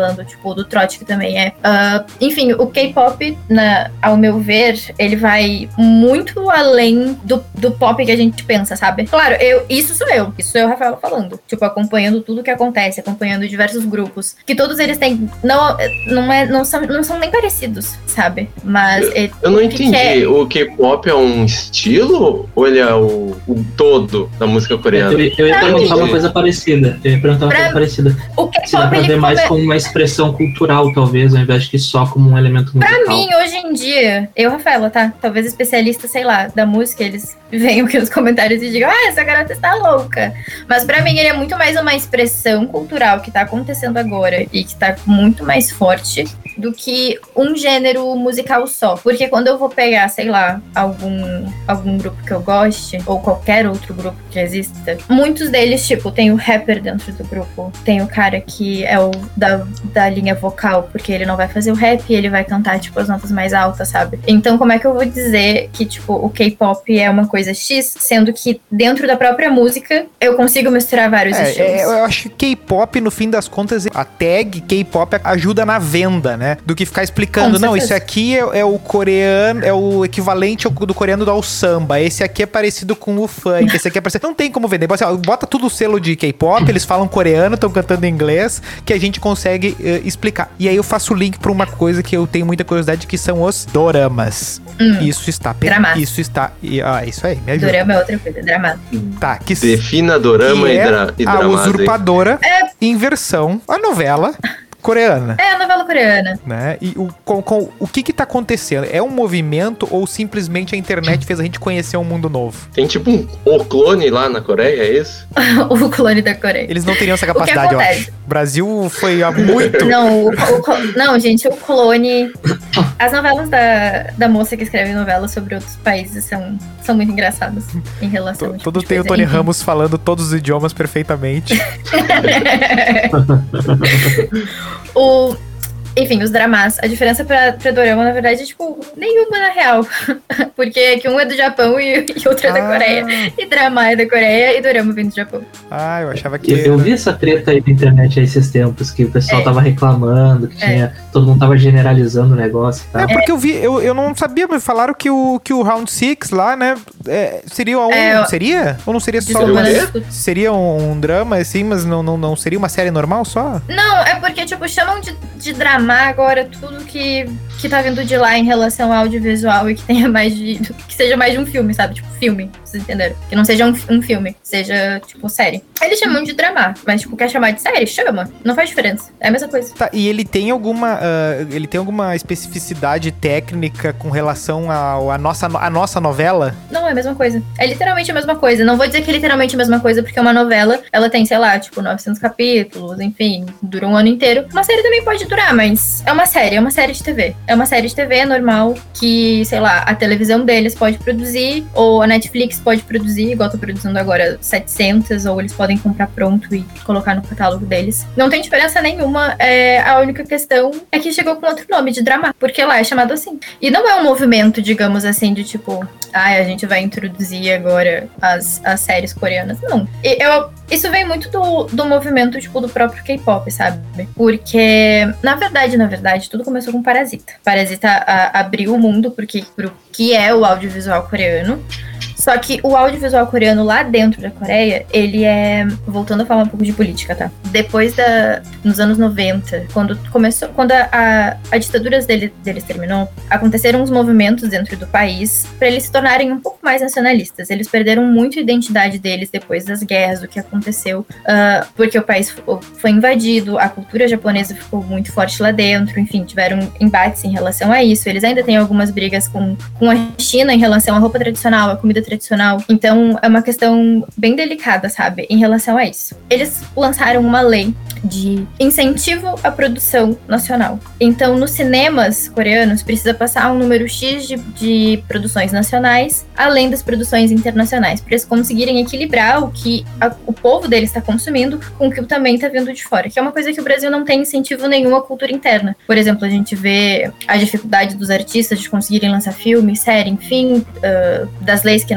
tipo, do Trotsky também é. Uh, enfim, o K-pop, na, ao meu ver, ele vai muito além do, do pop que a gente pensa, sabe? Claro, eu, isso sou eu, isso sou eu, Rafael, falando. Tipo, acompanhando tudo que acontece, acompanhando diversos grupos, que todos eles têm, não, não, é, não, são, não são nem parecidos, sabe? Mas... Eu, é, eu não entendi, é... o K-pop é um estilo ou ele é o, o todo da música coreana? Eu, eu ia perguntar uma coisa parecida, eu ia perguntar uma pra... coisa parecida. O K-pop, se dá pra ver mais come... como uma expressão cultural, talvez, ao invés de só como um elemento musical. Pra mim, hoje em dia, eu, Rafaela, tá? Talvez especialista, sei lá, da música, eles venham aqui nos comentários e digam, ah, essa garota está louca. Mas pra mim, ele é muito mais uma expressão cultural que tá acontecendo agora e que tá muito mais forte do que um gênero musical só. Porque quando eu vou pegar, sei lá, algum, algum grupo que eu goste, ou qualquer outro grupo que exista, muitos deles, tipo, tem o rapper dentro do grupo, tem o cara que é o da, da linha vocal, porque ele não vai fazer o rap e ele vai cantar, tipo, as notas mais altas, sabe? Então, como é que eu vou dizer que, tipo, o K-pop é uma coisa X, sendo que dentro da própria música eu consigo misturar vários é, estilos? É, eu acho que K-pop, no fim das contas, a tag K-pop ajuda na venda, né? Do que ficar explicando, não, isso aqui é, é o coreano, é o equivalente ao, do coreano ao samba, esse aqui é parecido com o funk, esse aqui é parecido... Não tem como vender, bota tudo o selo de K-pop, eles falam coreano, estão cantando em inglês, que a gente consegue uh, explicar. E aí eu faço o link pra uma coisa que eu tenho muita curiosidade, que são os doramas. Hum, isso está... Pe... Isso está... Ah, isso aí, me ajuda. Dorama é outra coisa, drama. Tá, que... Defina dorama e, e, é dra e a drama. Usurpadora é... em versão a novela coreana. É, a novela coreana. Né? E o, com, com, o que que tá acontecendo? É um movimento ou simplesmente a internet fez a gente conhecer um mundo novo? Tem tipo um o clone lá na Coreia, é isso? O clone da Coreia. Eles não teriam essa capacidade, eu acho. O Brasil foi há muito... Não, o, o, não, gente, o clone... As novelas da, da moça que escreve novelas sobre outros países são, são muito engraçadas em relação T a... Tudo tem o Tony Ramos falando todos os idiomas perfeitamente. O... Enfim, os dramas. A diferença pra, pra dorama, na verdade, é, tipo, nenhuma na real. Porque que um é do Japão e, e outro é da ah. Coreia. E drama é da Coreia e dorama vem do Japão. Ah, eu achava que... Eu, eu vi essa treta aí na internet há esses tempos, que o pessoal é. tava reclamando, que tinha... É. Todo mundo tava generalizando o negócio e tal. É, porque eu vi... Eu, eu não sabia, mas falaram que o, que o Round Six lá, né, é, seria um... É, seria? Ou não seria só... Desculpa, uma, seria um, um drama, assim, mas não, não, não seria uma série normal só? Não, é porque, tipo, chamam de, de drama agora tudo que, que tá vindo de lá em relação ao audiovisual e que tenha mais de... que seja mais de um filme, sabe? Tipo, filme, vocês entenderam? Que não seja um, um filme, seja, tipo, série. Eles chamam de drama, mas, tipo, quer chamar de série? Chama. Não faz diferença. É a mesma coisa. Tá, e ele tem alguma... Uh, ele tem alguma especificidade técnica com relação ao, a, nossa, a nossa novela? Não, é a mesma coisa. É literalmente a mesma coisa. Não vou dizer que é literalmente a mesma coisa, porque uma novela, ela tem, sei lá, tipo, novecentos capítulos, enfim, dura um ano inteiro. Uma série também pode durar, mas é uma série, é uma série de T V. É uma série de T V normal que, sei lá, a televisão deles pode produzir, ou a Netflix pode produzir, igual tô produzindo agora setecentas, ou eles podem comprar pronto e colocar no catálogo deles. Não tem diferença nenhuma, é, a única questão é que chegou com outro nome, de drama, porque lá é chamado assim. E não é um movimento, digamos assim, de tipo, ai, ah, a gente vai introduzir agora as, as séries coreanas. Não. E eu, isso vem muito do, do movimento, tipo, do próprio K-pop, sabe? Porque, na verdade, na verdade, tudo começou com Parasita. Parasita a, abriu o mundo porque, pro que é o audiovisual coreano. Só que o audiovisual coreano lá dentro da Coreia, ele é... Voltando a falar um pouco de política, tá? Depois da... Nos anos noventa, quando começou... Quando a, a, a ditadura dele, deles terminou, aconteceram uns movimentos dentro do país pra eles se tornarem um pouco mais nacionalistas. Eles perderam muito a identidade deles depois das guerras, do que aconteceu. Uh, porque o país foi invadido, a cultura japonesa ficou muito forte lá dentro. Enfim, tiveram embates em relação a isso. Eles ainda têm algumas brigas com, com a China em relação à roupa tradicional, à comida tradicional. Então, é uma questão bem delicada, sabe? Em relação a isso. Eles lançaram uma lei de incentivo à produção nacional. Então, nos cinemas coreanos, precisa passar um número X de, de produções nacionais, além das produções internacionais, para eles conseguirem equilibrar o que a, o povo deles está consumindo com o que também está vindo de fora, que é uma coisa que o Brasil não tem incentivo nenhum à cultura interna. Por exemplo, a gente vê a dificuldade dos artistas de conseguirem lançar filme, série, enfim, uh, das leis que não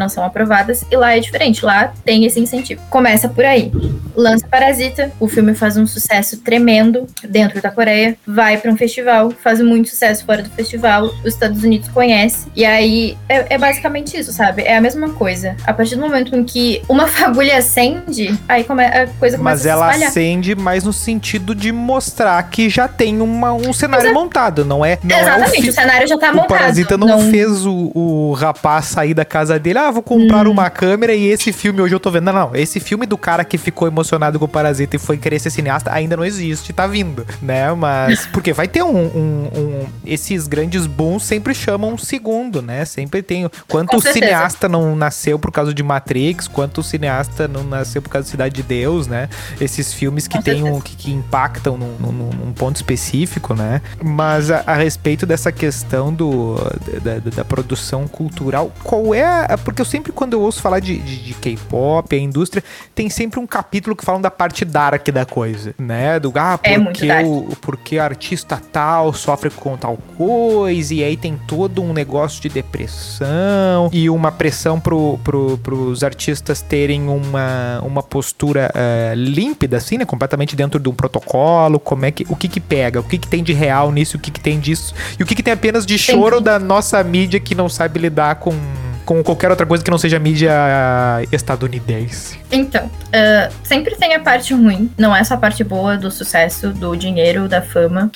não são aprovadas, e lá é diferente, lá tem esse incentivo. Começa por aí. Lança Parasita, o filme faz um sucesso tremendo dentro da Coreia, vai pra um festival, faz muito sucesso fora do festival, os Estados Unidos conhecem, e aí é, é basicamente isso, sabe? É a mesma coisa. A partir do momento em que uma fagulha acende, aí come, a coisa começa Mas a se ela espalhar. acende mais no sentido de mostrar que já tem uma, um cenário Exa- montado, não é? Não Exatamente, é o, fi- o cenário já tá o montado. Parasita não, fez o, o rapaz sair da casa dele, ah, vou comprar Hum. uma câmera e esse filme hoje eu tô vendo. Não, não, esse filme do cara que ficou emocionado com o Parasita e foi querer ser cineasta ainda não existe, tá vindo, né? Mas, porque vai ter um, um, um esses grandes booms sempre chamam um segundo, né? Sempre tem, quanto Com o certeza. cineasta não nasceu por causa de Matrix, quanto o cineasta não nasceu por causa de Cidade de Deus, né? Esses filmes que Com tem um, certeza. que, que impactam num, num, num ponto específico, né? Mas a, a respeito dessa questão do, da, da, da produção cultural, qual é a, porque eu sempre, quando eu ouço falar de, de, de K-pop, a indústria, tem sempre um capítulo que falam da parte dark da coisa, né? Do, ah, É muito porque, dark. o, porque artista tal sofre com tal coisa, e aí tem todo um negócio de depressão, e uma pressão pro, pro, pros artistas terem uma, uma postura eh, límpida, assim, né? Completamente dentro de um protocolo. Como é que, o que que pega? O que que tem de real nisso? O que que tem disso? E o que que tem apenas de choro da nossa mídia que não sabe lidar com, com qualquer outra coisa que não seja mídia estadunidense? Então, uh, sempre tem a parte ruim, não é só a parte boa do sucesso, do dinheiro, da fama,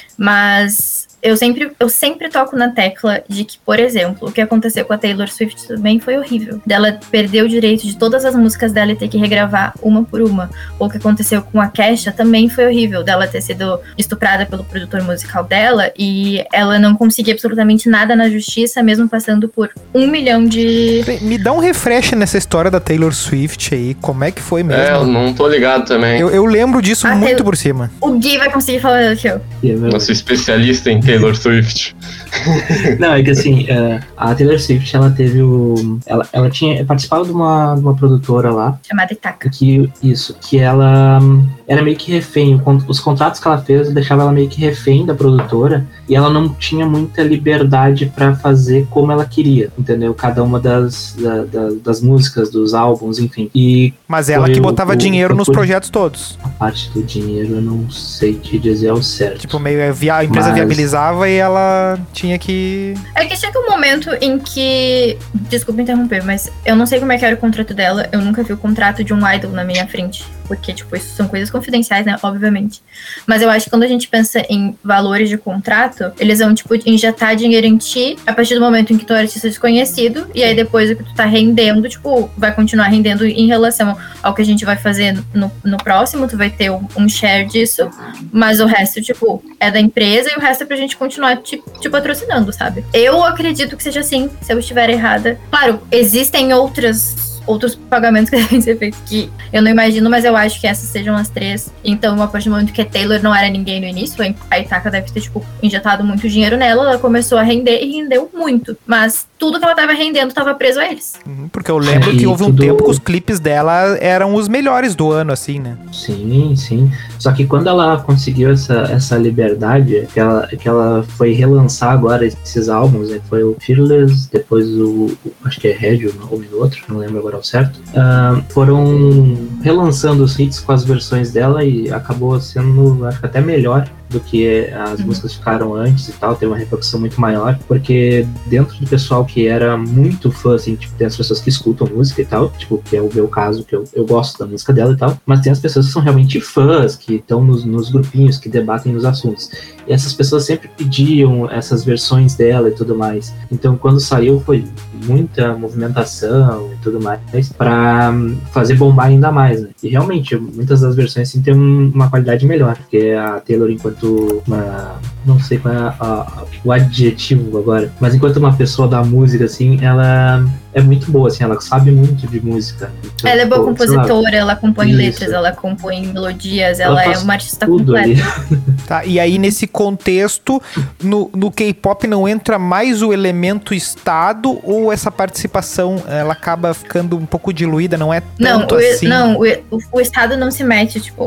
mas eu sempre, eu sempre toco na tecla de que, por exemplo, o que aconteceu com a Taylor Swift também foi horrível. Dela perder o direito de todas as músicas dela e ter que regravar uma por uma. Ou o que aconteceu com a Kesha também foi horrível. Dela ter sido estuprada pelo produtor musical dela e ela não conseguir absolutamente nada na justiça, mesmo passando por um milhão de... Me dá um refresh nessa história da Taylor Swift aí. Como é que foi mesmo? É, eu não tô ligado também. Eu, eu lembro disso A muito Taylor- por cima. O Gui vai conseguir falar do que eu. E é meu- Eu sou especialista em Taylor Swift. Não, é que assim, é, a Taylor Swift, ela teve o. Ela, ela tinha participado de uma, de uma produtora lá, Chamada Itaca. que isso, que ela hum, era meio que refém. o con- Os contratos que ela fez deixavam ela meio que refém da produtora e ela não tinha muita liberdade pra fazer como ela queria, entendeu? Cada uma das, da- da- das músicas, dos álbuns, enfim. E Mas ela Foi que o- botava o- dinheiro o- nos projetos todos. a parte do dinheiro eu não sei te dizer ao certo. Tipo, meio a, via- a empresa Mas- viabilizava e ela tinha que... É que chega um momento em que. Desculpa interromper, mas eu não sei como é que era o contrato dela. Eu nunca vi o contrato de um idol na minha frente. Porque, tipo, isso são coisas confidenciais, né? Obviamente. Mas eu acho que quando a gente pensa em valores de contrato, eles vão, tipo, injetar dinheiro em ti a partir do momento em que tu é um artista desconhecido. E aí depois o que tu tá rendendo, tipo, vai continuar rendendo em relação ao que a gente vai fazer no, no próximo. Tu vai ter um, um share disso. Mas o resto, tipo, é da empresa e o resto é pra gente continuar te, te patrocinando, sabe? Eu acredito que seja assim, se eu estiver errada. Claro, existem outras outros pagamentos que devem ser feitos que eu não imagino, mas eu acho que essas sejam as três. Então, a partir do momento que a Taylor não era ninguém no início, a Itaca deve ter, tipo, injetado muito dinheiro nela, ela começou a render e rendeu muito. Mas tudo que ela tava rendendo tava preso a eles. Uhum, porque eu lembro E que houve um tudo- tempo que os clipes dela eram os melhores do ano, assim, né? Sim, sim. Só que quando ela conseguiu essa, essa liberdade, que ela, que ela foi relançar agora esses álbuns, né? Foi o Fearless, depois o, o- acho que é Red, o nome do outro, não lembro agora ao certo. Ah, foram relançando os hits com as versões dela e acabou sendo, acho que até melhor do que as Uhum. músicas ficaram antes e tal, teve uma repercussão muito maior, porque dentro do pessoal que era muito fã, assim, tipo, tem as pessoas que escutam música e tal, tipo, que é o meu caso, que eu, eu gosto da música dela e tal, mas tem as pessoas que são realmente fãs, que estão nos, nos grupinhos, que debatem os assuntos. E essas pessoas sempre pediam essas versões dela e tudo mais. Então, quando saiu, foi muita movimentação e tudo mais pra hum, fazer bombar ainda mais, né? E realmente, muitas das versões, assim, tem um- uma qualidade melhor, porque a Taylor, enquanto uma... não sei qual é a- a- o adjetivo agora, mas enquanto uma pessoa da música, assim, ela é muito boa, assim, ela sabe muito de música. Então, Ela é boa pô, sei lá, compositora, ela compõe Isso. letras, ela compõe melodias, Ela ela, é faz uma artista tudo completa. ali. Tá, e aí nesse contexto, no, no K-pop não entra mais o elemento Estado ou essa participação, ela acaba ficando um pouco diluída, não é Não, tanto o, assim? não o, o, o Estado não se mete, tipo,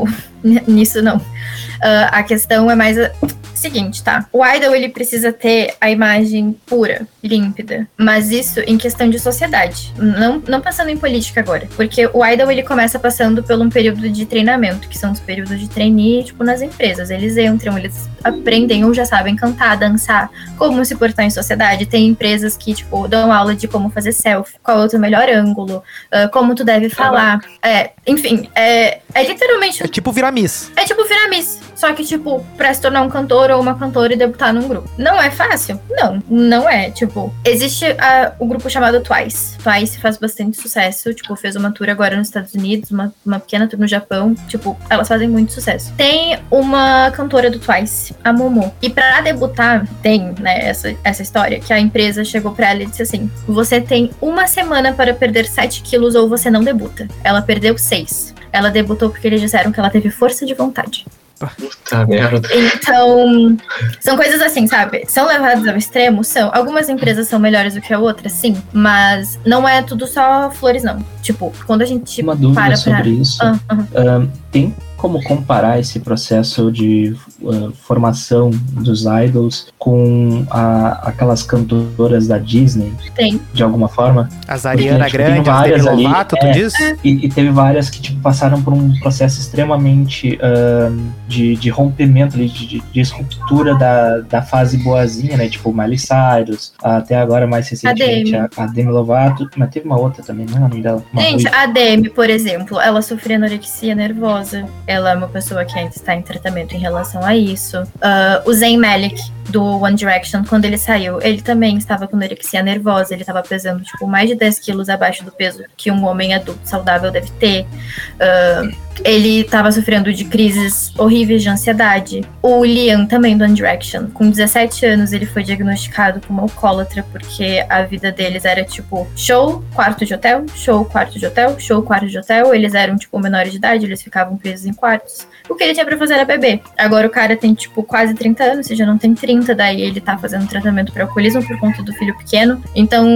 nisso não. Uh, a questão é mais a seguinte, tá? O idol, ele precisa ter a imagem pura, límpida, mas isso em questão de sociedade, não, não pensando em política agora, porque o idol, ele começa passando por um período de treinamento, que são os períodos de trainee, tipo, nas empresas. Eles entram, eles aprendem ou já sabem cantar, dançar, como se portar em sociedade. Tem empresas que, tipo, dão aula de como fazer selfie, qual é o teu melhor ângulo, uh, como tu deve falar, é, enfim, é, é literalmente... É tipo virar Miss. É tipo virar Miss, só que, tipo, pra se tornar um cantor ou uma cantora e debutar num grupo. Não é fácil? Não, não é. Tipo, existe a, o grupo chamado Twice. Twice faz bastante sucesso. Tipo, fez uma tour agora nos Estados Unidos, uma, uma pequena tour no Japão. Tipo, elas fazem muito sucesso. Tem uma cantora do Twice, a Momo. E pra debutar, tem, né, essa, essa história, que a empresa chegou pra ela e disse assim: você tem uma semana para perder sete quilos ou você não debuta. Ela perdeu seis. Ela debutou porque eles disseram que ela teve força de vontade. Puta merda. Então, são coisas assim, sabe? São levadas ao extremo? São. Algumas empresas são melhores do que a outra, sim. Mas não é tudo só flores, não. Tipo, quando a gente Uma dúvida para sobre pra... isso. Ah, ah. Uh, tem como comparar esse processo de uh, formação dos idols com a, aquelas cantoras da Disney? Tem. De alguma forma? As Ariana Porque, tipo, Grande, as Demi ali, Lovato, tu é, diz? E, e teve várias que tipo, passaram por um processo extremamente uh, de, de rompimento, de, de, de ruptura da, da fase boazinha, né? Tipo, Miley Cyrus, até agora mais recentemente a, a Demi Lovato, mas teve uma outra também, não é o nome dela? Uma Gente, ruiva. a Demi, por exemplo, ela sofria anorexia nervosa. Ela é uma pessoa que ainda está em tratamento em relação a isso. Uh, o Zayn Malik, do One Direction, quando ele saiu, ele também estava com anorexia nervosa. Ele estava pesando, tipo, mais de dez quilos abaixo do peso que um homem adulto saudável deve ter. Uh, ele estava sofrendo de crises horríveis de ansiedade. O Liam, também do One Direction, com dezessete anos, ele foi diagnosticado como alcoólatra, porque a vida deles era, tipo, show, quarto de hotel, show, quarto de hotel, show, quarto de hotel. Eles eram, tipo, menores de idade, eles ficavam presos em quartos. O que ele tinha pra fazer era beber. Agora o cara tem, tipo, quase trinta anos, se já não tem trinta, daí ele tá fazendo tratamento para alcoolismo por conta do filho pequeno. Então,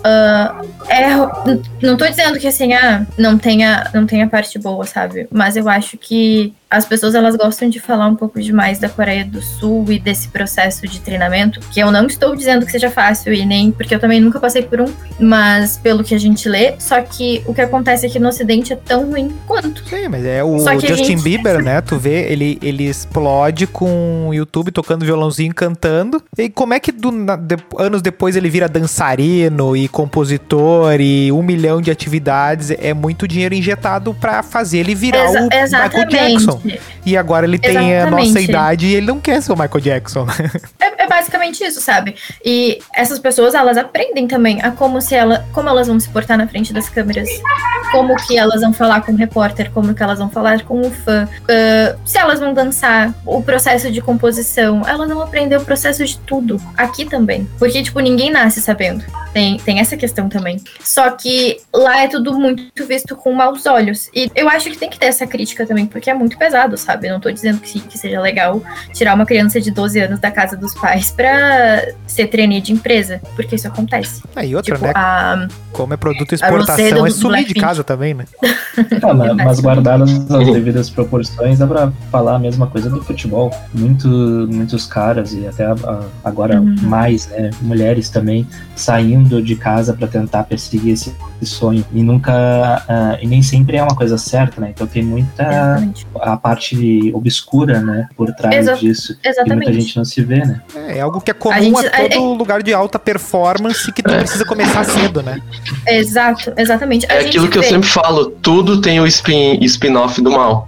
uh, é, não tô dizendo que, assim, ah, não tenha, não tenha parte boa, sabe? Mas eu acho que as pessoas, elas gostam de falar um pouco demais da Coreia do Sul e desse processo de treinamento, que eu não estou dizendo que seja fácil, e nem porque eu também nunca passei por um, mas pelo que a gente lê, só que o que acontece aqui no Ocidente é tão ruim quanto. Sim, mas é o Só que a Justin gente- Bieber, né? Tu vê, ele, ele explode com o YouTube tocando violãozinho, cantando. E como é que do, na- de- anos depois ele vira dançarino e compositor e um milhão de atividades? É muito dinheiro injetado pra fazer ele virar Exa- o Michael exatamente. Jackson. E agora ele tem a nossa Exatamente. idade e ele não quer ser o Michael Jackson. É, é basicamente isso, sabe? E essas pessoas, elas aprendem também a como se ela, como elas vão se portar na frente das câmeras, como que elas vão falar com o repórter, como que elas vão falar com o fã, uh, se elas vão dançar, o processo de composição, elas vão aprender o processo de tudo, aqui também. Porque, tipo, ninguém nasce sabendo. Tem, tem essa questão também. Só que lá é tudo muito visto com maus olhos. E eu acho que tem que ter essa crítica também, porque é muito pesado, sabe? Eu não tô dizendo que, que seja legal tirar uma criança de doze anos da casa dos pais pra ser trainee de empresa, porque isso acontece. Aí outra, Tipo, né? a... Como é produto a exportação, Rosé do é sumir de Blackpink. casa também, né? Ah, mas, mas guardadas as devidas proporções, dá pra falar a mesma coisa do futebol. Muito, muitos caras, e até a- a- agora Uhum. mais, né, mulheres também, saindo de casa pra tentar perseguir esse, esse sonho. E nunca, ah, e nem sempre é uma coisa certa, né? Então tem muita Exatamente. a parte obscura, né, por trás Exa- disso. E muita Exatamente. gente não se vê, né? É, é algo que é comum A gente- a todo é- lugar de alta performance que tu precisa começar cedo, né? Exato, exatamente. A É gente aquilo que eu vê- sempre falo, tudo tem o spin- spin-off do mal.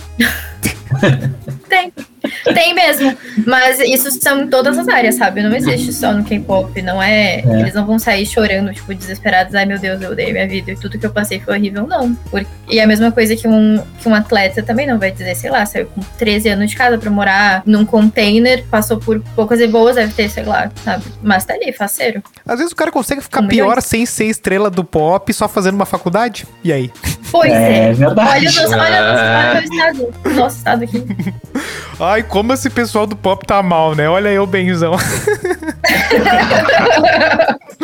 Tem. Tem mesmo. Mas isso são em todas as áreas, sabe? Não existe só no K-pop. Não é, É. Eles não vão sair chorando, tipo, desesperados. Ai, meu Deus, eu odeio minha vida e tudo que eu passei foi horrível. Não. Por- E a mesma coisa que um, que um atleta também não vai dizer, sei lá, saiu com treze anos de casa pra morar num container, passou por poucas e boas, deve ter, sei lá, sabe? Mas tá ali, faceiro. Às vezes o cara consegue ficar Um pior milhão. sem ser estrela do pop, só fazendo uma faculdade. E aí? Pois é. É verdade. Olha o nosso, olha, o nosso- olha o meu estado. O nosso estado aqui. Ai, como esse pessoal do pop tá mal, né? Olha eu, benzão.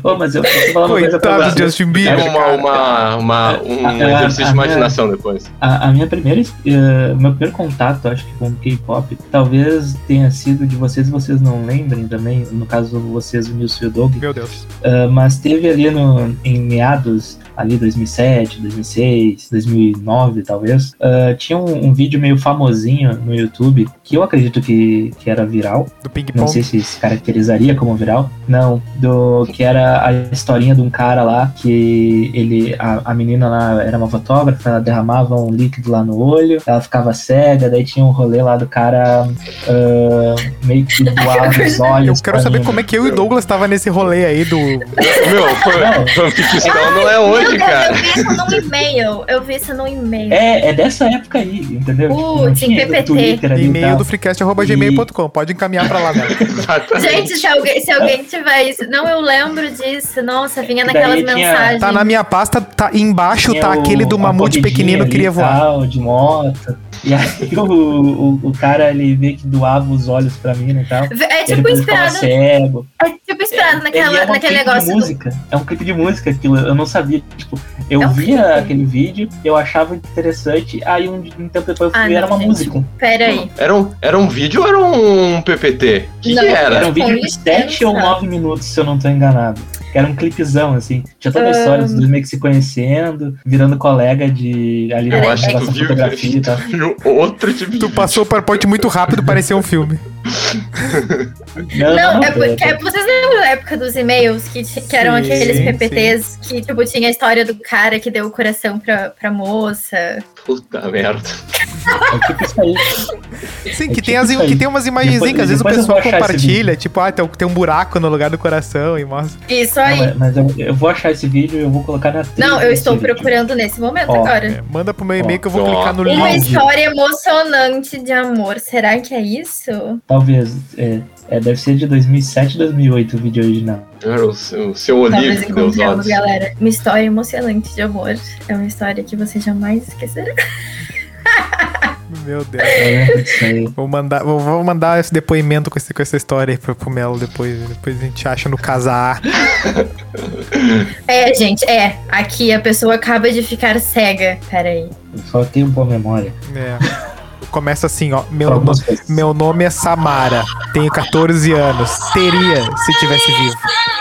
Ô, mas eu preciso falar uma coisa pra Coitado você. do Justin Bieber. Uma, uma, uma, um A- a- exercício a de minha- imaginação depois. A, a minha primeira, eh, meu primeiro contato, acho que com o K-pop, talvez tenha sido de vocês, vocês não lembrem também, no caso vocês, o Nilson e o Doug, Meu Deus. uh, mas teve ali no, em meados, ali dois mil e sete, dois mil e seis, dois mil e nove talvez, uh, tinha um, um vídeo meio famosinho no YouTube, que eu acredito que, que era viral, Do Ping não Pong. sei se se caracterizaria como viral, não, do que era a historinha de um cara lá, que ele, a, a menina lá era uma fotógrafa, ela derramava um líquido lá no olho, ela ficava cega, daí tinha um rolê lá do cara uh, meio que doar os olhos. Eu quero saber como é que eu e o Douglas tava nesse rolê aí do... Meu, fanficção não é hoje, Meu Deus, cara. eu vi isso num e-mail. Eu vi isso num e-mail. É, é dessa época aí, entendeu? Putz, não em tinha P P T. Twitter ali e e-mail tal. do freecast arroba gmail ponto com. Pode encaminhar pra lá, né? Exatamente. Gente, se alguém, se alguém tiver isso. Não, eu lembro disso. Nossa, vinha Daí naquelas tinha- mensagens. Tá na minha pasta, tá embaixo, Tinha tá o- aquele do a mamute corridinha pequenino que ali queria e voar. tal, de moto. E aí o, o, o cara, ele meio que doava os olhos pra mim e tal. É E tipo aí depois ele ficava inspirado. cego. É tipo inspirado naquela, E é um naquele clipe negócio. de do- música. É um clipe de música aquilo. Eu não sabia. Tipo, eu É um via clipe. aquele vídeo, eu achava interessante. Aí um, um tempo depois eu fui Ah, ver, era não, uma gente. música. Pera aí. Era um, era um vídeo ou era um P P T? O que, Não, que era? Era um vídeo Com de sete ou licença. nove minutos, se eu não tô enganado. Que era um clipezão, assim. Tinha toda a história dos dois meio que se conhecendo, virando colega de ali Eu na acho que nossa tu viu fotografia e tal. Outro tipo de Tu passou o PowerPoint muito rápido, parecia um filme. Não, Não, é é- porque é- vocês lembram da época dos e-mails que, ti- que eram Sim, aqueles sim. P P Ts que, tipo, tinha a história do cara que deu o coração pra, pra moça. Puta merda. é tipo isso aí. Sim, É que, tipo tem as, isso aí. que tem umas imagenzinhas Depois- que às vezes o depois eu pessoal vou achar esse compartilha, tipo, ah, tem, tem um buraco no lugar do coração e mostra. Isso Não, aí. mas mas eu, eu vou achar esse vídeo e eu vou colocar na trilha Não, eu desse estou vídeo. procurando nesse momento Ó, agora. É, manda pro meu e-mail que eu vou Ó, clicar no Uma link. história emocionante de amor. Será que é isso? Talvez. É, é, deve ser de dois mil e sete, dois mil e oito o vídeo original. Era o seu, o seu Talvez olívio que deu os encontremos, olhos. galera. Uma história emocionante de amor. É uma história que você jamais esquecerá. Meu Deus. Tá vendo? Isso aí. Vou mandar, vou, vou mandar esse depoimento com, esse, com essa história aí pro, pro Melo depois. Depois a gente acha no casar. É, gente, é. Aqui a pessoa acaba de ficar cega. Pera aí. Eu só tenho boa memória. É. Começa assim, ó. Meu, Pra no- algumas coisas. meu nome é Samara. Tenho catorze anos. Teria se tivesse vivo.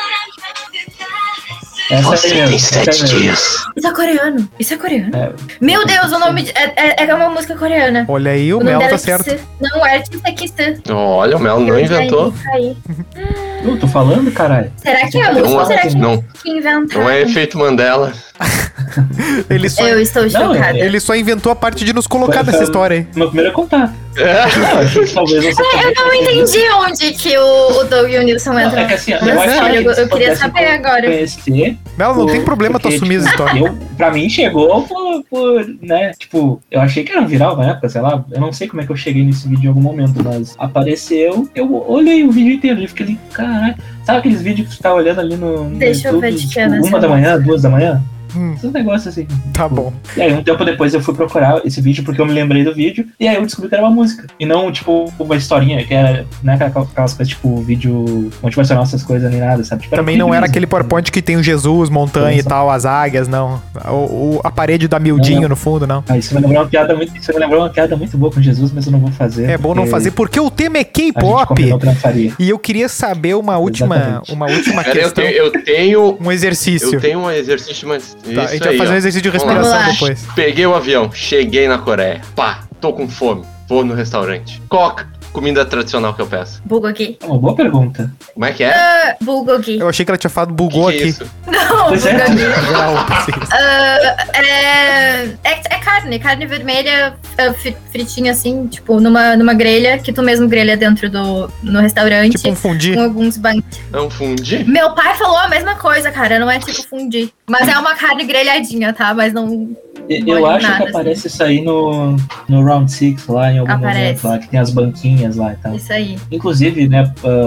Essa Você aí mesmo, tem essa sete aí mesmo. dias. Isso é coreano. Isso é coreano. É. Meu Deus, o nome de, é, é, é uma música coreana. Olha aí, o, nome Melo dela tá é certo. Kissy. Não, o artista é Kissy. Olha, o Mel não Eu inventou. caí, caí. Eu tô falando, caralho. Será que é a Não, música ou Não, será que, não, que inventaram? não é efeito Mandela. Ele só, Eu estou Não, chocada. ele só inventou a parte de nos colocar Foi- nessa foi- história aí. Meu primeiro contato. É. Não, achei que talvez você Eu não entendi onde que o, o Doug e o Nilson Não, entram. é que assim, ó, Mas eu acho sério, que eu, eles eu queria pudessem saber agora. Conhecer, Melo, não por- tem problema tu porque, assumir as tipo, histórias. Eu, pra mim chegou por, por, né, tipo, eu achei que era um viral na época, sei lá, eu não sei como é que eu cheguei nesse vídeo em algum momento, mas apareceu, eu olhei o vídeo inteiro e fiquei ali, caralho, sabe aqueles vídeos que tu tá olhando ali no, no Deixa eu YouTube, ver de que tipo, ano uma essa da manhã, duas da manhã? Hum, Esses negócios assim. tá bom. E aí, um tempo depois eu fui procurar esse vídeo porque eu me lembrei do vídeo. E aí eu descobri que era uma música. E não, tipo, uma historinha, que era, né, aquelas aquelas coisas, tipo, vídeo motivacional, essas coisas, nem nada, sabe? Tipo, Também um não clipe era mesmo. aquele PowerPoint que tem o Jesus, montanha e Nossa. tal, as águias, não. O, o- a parede da Mildinho Não. no fundo, não. Ah, isso me lembrou uma piada muito, isso me lembrou uma piada muito boa com Jesus, mas eu não vou fazer. É bom não porque fazer, porque o tema é A gente K-pop. combinou que não faria. E eu queria saber uma última, Exatamente. uma última Pera, eu questão. tenho, eu tenho, Um exercício. eu tenho um exercício, mas Tá, a isso gente vai aí, fazer ó. um exercício de Vamos lá. respiração Vamos lá. depois. Peguei o avião, cheguei na Coreia. Pá, tô com fome. Vou no restaurante. Qual a comida tradicional que eu peço? Bulgogi. É uma boa pergunta. Como é que é? Ah, bulgogi. Eu achei que ela tinha falado Que bugou que é aqui. isso? Não, Pois é. bulgogi. Não, preciso. Ah, é, é, é carne, carne vermelha ah, fri- fritinha assim, tipo, numa, numa grelha, que tu mesmo grelha dentro do no restaurante, Tipo um fundi. com alguns ban... É um fundi? Meu pai falou a mesma coisa, cara, não é tipo fundi. Mas é uma carne grelhadinha, tá? Mas não... E- Não Eu olho acho nada, que aparece isso aí no, no Round Six lá, em algum Aparece. momento lá, que tem as banquinhas lá e tal. Isso aí. Inclusive, né, ahn,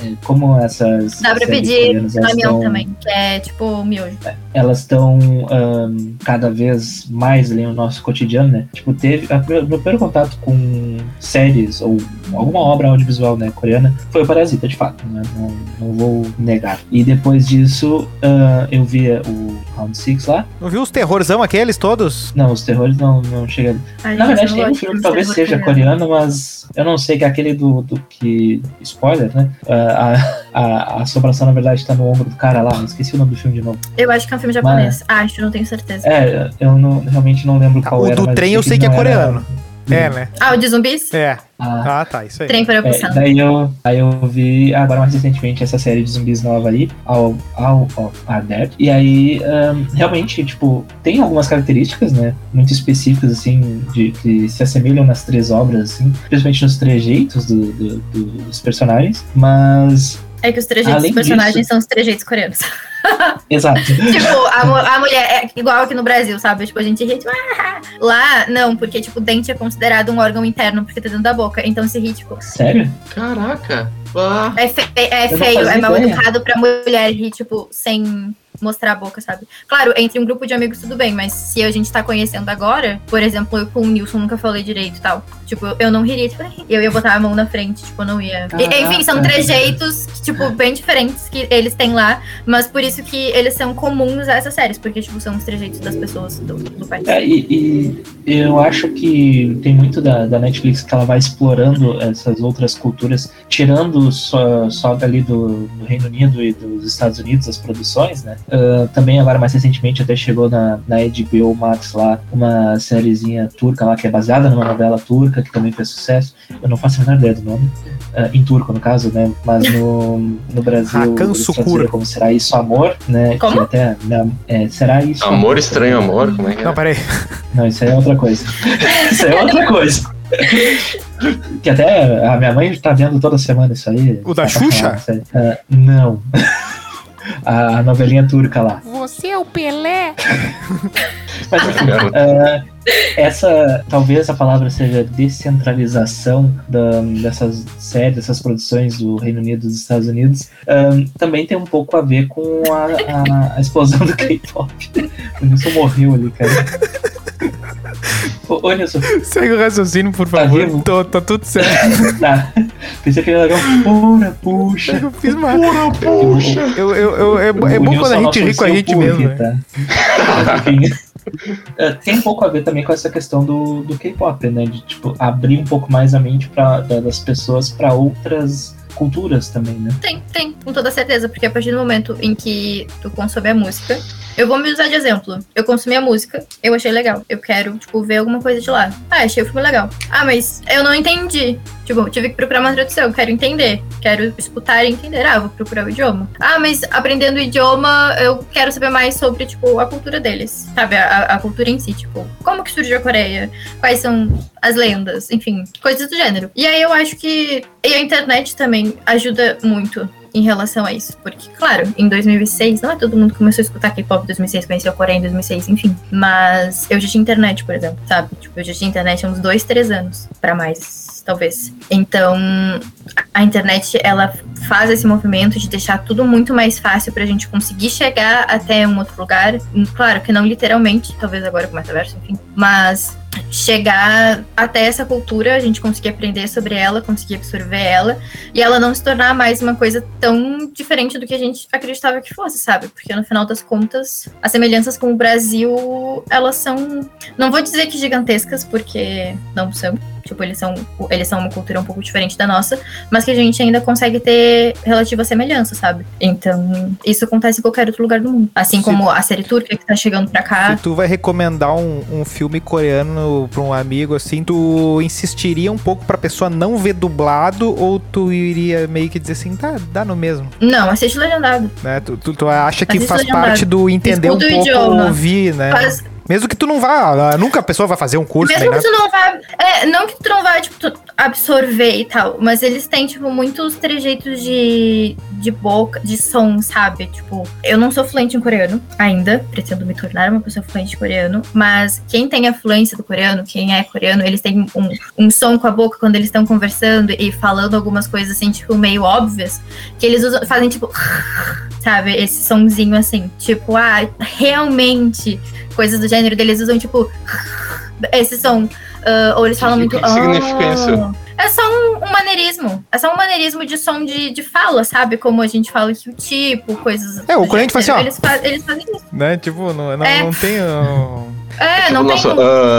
como essas Dá pra séries pedir coreanas, elas caminhão tão- também, que é tipo miojo. elas estão ahn, cada vez mais ali no nosso cotidiano, né? Tipo, teve. a- Meu primeiro contato com séries ou alguma obra audiovisual, né, coreana foi o Parasita, de fato, né? Não, não vou negar. E depois disso, ah, eu via o Round Six lá. Não viu os terrorzão aqueles todos? Não, os terrores não, não chegam. Ai, Na gente, verdade, eu tem não um gosto filme que de talvez terror seja coreano, mas eu não sei, que é aquele do, do que. Spoiler, né? Ah, a, a, a assombração, na verdade, tá no ombro do cara lá. Eu esqueci o nome do filme de novo. Eu acho que é um filme japonês. Acho, não tenho certeza. É, eu não, realmente não lembro qual o era. do mas trem eu que sei que é não era- coreano. É, né? Ah, o de zumbis? É. Ah, Ah, tá, isso aí. Trem para é, Busan. daí eu, aí eu vi agora mais recentemente essa série de zumbis nova aí, All, All of Are Dead. E aí, ahn, realmente, tipo, tem algumas características, né, muito específicas, assim, de, que se assemelham nas três obras, assim, principalmente nos trejeitos do, do- do- dos personagens, mas... É que os trejeitos Além dos personagens disso- são os trejeitos coreanos. Exato. Tipo, a, mu- a mulher é igual aqui no Brasil, sabe? Tipo, a gente ri, tipo, ah! Lá, não, porque, tipo, o dente é considerado um órgão interno, porque tá dentro da boca. Então se ri, tipo, Sério? Caraca. Ah, é, fe- é Eu não feio, fazia é mal ideia. educado pra mulher rir, tipo, sem mostrar a boca, sabe? Claro, entre um grupo de amigos tudo bem, mas se a gente tá conhecendo agora, por exemplo, eu com o Nilson nunca falei direito e tal. Tipo, eu não riria, tipo, eu ia botar a mão na frente, tipo, eu não ia. E, enfim, são Caraca. trejeitos, tipo, bem diferentes que eles têm lá, mas por isso que eles são comuns a essas séries, porque, tipo, são os trejeitos das pessoas do, do país. É, e, e eu acho que tem muito da, da Netflix que ela vai explorando essas outras culturas, tirando só, só dali do, do Reino Unido e dos Estados Unidos as produções, né? Ah, também agora mais recentemente até chegou na, na H B O Max lá uma sériezinha turca lá que é baseada numa novela turca que também fez sucesso. Eu não faço a menor ideia do nome. Ah, em turco, no caso, né? Mas no, no Brasil Hakan eles Sukur. traduziram como Será Isso Amor, né? Como? Que até, né, é, Será Isso amor estranho, amor. Como é que é? Não, peraí. Não, isso aí é outra coisa. Isso aí é outra coisa. Que até a minha mãe tá vendo toda semana isso aí. O da Tá Xuxa? apaixonada, sério. Ah, não. A, a novelinha turca lá. Você é o Pelé? Mas enfim, ah, essa, talvez a palavra seja descentralização da, dessas séries, dessas produções do Reino Unido e dos Estados Unidos, ah, também tem um pouco a ver com a, a, a explosão do K-pop. O Nilson morreu ali, cara. Ô, ô Nilson, Segue o raciocínio, por Tá favor. vivo? Tô, tá tudo certo. tá. Pensei que ele era um pura, puxa. Eu fiz uma. Puxa. Eu, eu, eu, é, é O bom Nilson quando a gente não ri com a foi gente seu mesmo. porre, né? tá? Mas, enfim, é, tem um pouco a ver também com essa questão do, do K-pop, né? De tipo, abrir um pouco mais a mente pra, da- das pessoas para outras culturas também, né? Tem, tem, com toda certeza, porque a partir do momento em que tu consome a música, eu vou me usar de exemplo. Eu consumi a música, eu achei legal. Eu quero, tipo, ver alguma coisa de lá. Ah, achei o filme legal. Ah, mas eu não entendi. Tipo, tive que procurar uma tradução, eu quero entender. Quero escutar e entender. Ah, vou procurar o idioma. Ah, mas aprendendo o idioma, eu quero saber mais sobre, tipo, a cultura deles. Sabe, a, a cultura em si, tipo, como que surgiu a Coreia? Quais são as lendas? Enfim, coisas do gênero. E aí eu acho que... E a internet também ajuda muito em relação a isso. Porque, claro, em dois mil e seis, não é todo mundo que começou a escutar K-pop em dois mil e seis, conheceu a Coreia em dois mil e seis, enfim. Mas eu já tinha internet, por exemplo, sabe? Tipo, eu já tinha internet há uns dois, três anos, pra mais, talvez. Então, a internet, ela faz esse movimento de deixar tudo muito mais fácil pra gente conseguir chegar até um outro lugar. Claro que não literalmente, talvez agora com o metaverso, enfim. Mas chegar até essa cultura, a gente conseguir aprender sobre ela, conseguir absorver ela, e ela não se tornar mais uma coisa tão diferente do que a gente acreditava que fosse, sabe? Porque no final das contas, as semelhanças com o Brasil, elas são, não vou dizer que gigantescas, porque não são. Tipo, eles são, eles são uma cultura um pouco diferente da nossa, mas que a gente ainda consegue ter relativa semelhança, sabe? Então, isso acontece em qualquer outro lugar do mundo. Assim Se- como a série turca que tá chegando pra cá. Se tu vai recomendar um, um filme coreano pra um amigo, assim, tu insistiria um pouco pra pessoa não ver dublado ou tu iria meio que dizer assim, tá, dá no mesmo, Não, assiste legendado. né? Tu, tu, tu acha que Assiste faz legendado. parte do entender um Escuta o pouco idioma. ouvir, né? Faz- Mesmo que tu não vá, nunca a pessoa vai fazer um curso. Mesmo que tu não vá, é, não que tu não vá, tipo, tu absorver e tal, mas eles têm, tipo, muitos trejeitos de, de boca, de som, sabe? Tipo, eu não sou fluente em coreano ainda, pretendo me tornar uma pessoa fluente em coreano, mas quem tem a fluência do coreano, quem é coreano, eles têm um, um som com a boca quando eles estão conversando e falando algumas coisas, assim, tipo, meio óbvias, que eles usam, fazem, tipo, sabe? Esse sonzinho, assim, tipo, ah, realmente, coisas do gênero deles usam, tipo, esse som. Uh, ou eles falam muito. O que significa oh. isso? É só um, um maneirismo. É só um maneirismo de som de, de fala, sabe? Como a gente fala que o tipo, coisas. É, o quando a gente faz assim, ó. Eles, fa eles fazem isso. Né? Tipo, não, não, É. não tem. Uh... É, Tipo, não nosso, tem.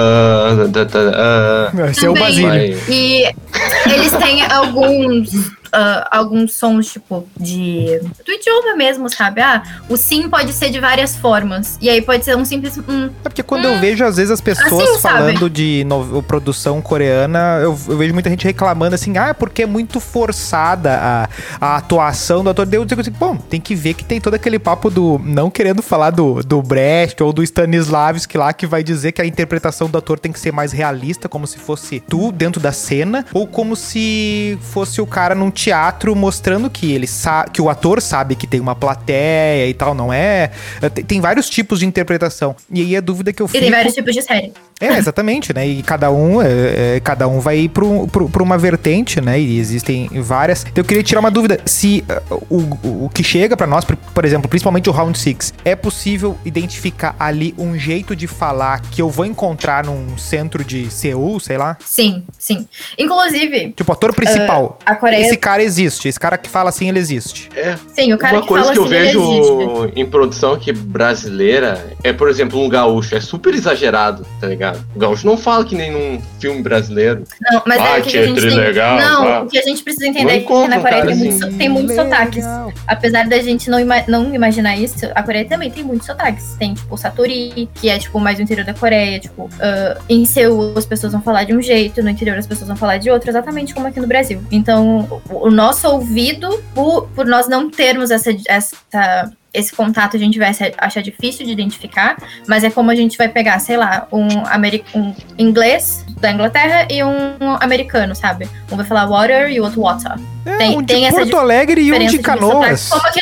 ah, da, da, ah, Esse é o Também. Basílio. E eles têm alguns. Uh, alguns sons, tipo, de... do idioma mesmo, sabe? Ah, o sim pode ser de várias formas. E aí pode ser um simples... Hum, É porque quando eu vejo, às vezes, as pessoas Assim, sabe? falando de no- produção coreana, eu, eu vejo muita gente reclamando assim, ah, porque é muito forçada a, a atuação do ator. Eu digo assim, bom, tem que ver que tem todo aquele papo do... Não querendo falar do, do Brecht ou do Stanislavski lá, que vai dizer que a interpretação do ator tem que ser mais realista, como se fosse tu dentro da cena, ou como se fosse o cara num teatro mostrando que ele sabe, que o ator sabe que tem uma plateia e tal, não é? Tem, tem vários tipos de interpretação. E aí a dúvida que eu e fico... tem vários tipos de série. É, exatamente, né? E cada um, é, é, cada um vai ir pro, pro, pra uma vertente, né? E existem várias. Então eu queria tirar uma dúvida. Se uh, o, o que chega pra nós, por, por exemplo, principalmente o Round Six, é possível identificar ali um jeito de falar que eu vou encontrar num centro de Seul, sei lá? Sim, sim. Inclusive, Tipo, ator principal. a Coreia... Esse cara existe. Esse cara que fala assim, ele existe. é. Sim, o cara Uma que coisa fala que eu assim, ele existe. vejo em produção aqui brasileira é, por exemplo, um gaúcho. É super exagerado, tá ligado? O gaúcho não fala que nem num filme brasileiro. Não, mas Ah, é o que a gente tem... legal, Não, ah. o que a gente precisa entender Não é que encontra na um Coreia cara tem, assim. muitos, tem muitos Legal. sotaques. Apesar da gente não, ima não imaginar isso, a Coreia também tem muitos sotaques. Tem, tipo, o Satori, que é, tipo, mais o interior da Coreia. Tipo, uh, em Seul as pessoas vão falar de um jeito, no interior as pessoas vão falar de outro, exatamente como aqui no Brasil. Então, o, o nosso ouvido, por, por nós não termos essa... essa esse contato, a gente vai achar difícil de identificar, mas é como a gente vai pegar, sei lá, um, um inglês da Inglaterra e um americano, sabe? Um vai falar water e o outro water. É, Tem- um de tem essa Porto Alegre e um de Canoas. sotaque, como aqui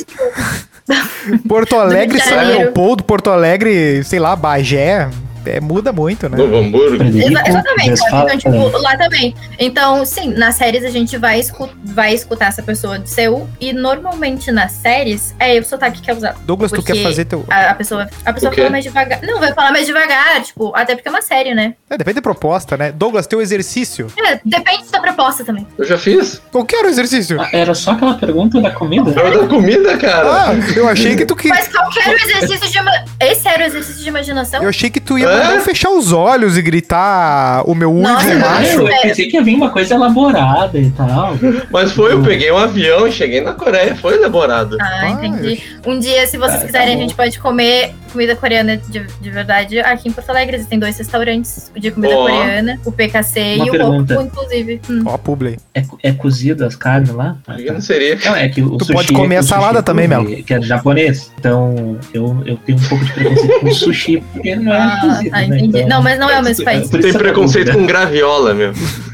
no Brasil. Porto Alegre, Do Rio de São Janeiro. Leopoldo, Porto Alegre, sei lá, Bagé. É, muda muito, né? Novo Hamburgo. Exa exatamente, sabe? Então, tipo, lá também. Então, sim, nas séries a gente vai, escu vai escutar essa pessoa de Seul e normalmente nas séries é o sotaque que é usado. Douglas, tu Porque quer fazer teu... A, a pessoa, a pessoa O quê? fala mais devagar. Não, vai falar mais devagar, tipo, até porque é uma série, né? É, depende da proposta, né? Douglas, teu exercício. É, depende da proposta também. Eu já fiz. Qual que era o exercício? Ah, era só aquela pergunta da comida? É o da comida, cara. Ah, eu achei que tu que... Mas qualquer exercício de... ima- Esse era o exercício de imaginação? Eu achei que tu ia Hã? mandar eu fechar os olhos e gritar o meu Nossa, uivo eu macho. Eu pensei que ia vir uma coisa elaborada e tal. Mas foi, eu peguei um avião e cheguei na Coreia. Foi elaborado. Ah, Ah, entendi. Um dia, se vocês Ah, tá quiserem, a bom. gente pode comer comida coreana de, de verdade. Aqui em Porto Alegre existem dois restaurantes de comida Ó. coreana, o P K C Uma e o pergunta. Roku, inclusive. Hum. Ó, publi. É, é cozido as carnes lá? Ah, Por que tá. não seria? Não, é que o Tu sushi pode comer é, a o sushi salada é também, cozido, Mel. Que é japonês. Então, eu, eu tenho um pouco de preconceito com sushi, porque não é Ah, cozido, tá, né? entendi. Então, Não, mas não é o mesmo por país. isso Tem essa preconceito dúvida. com graviola, meu.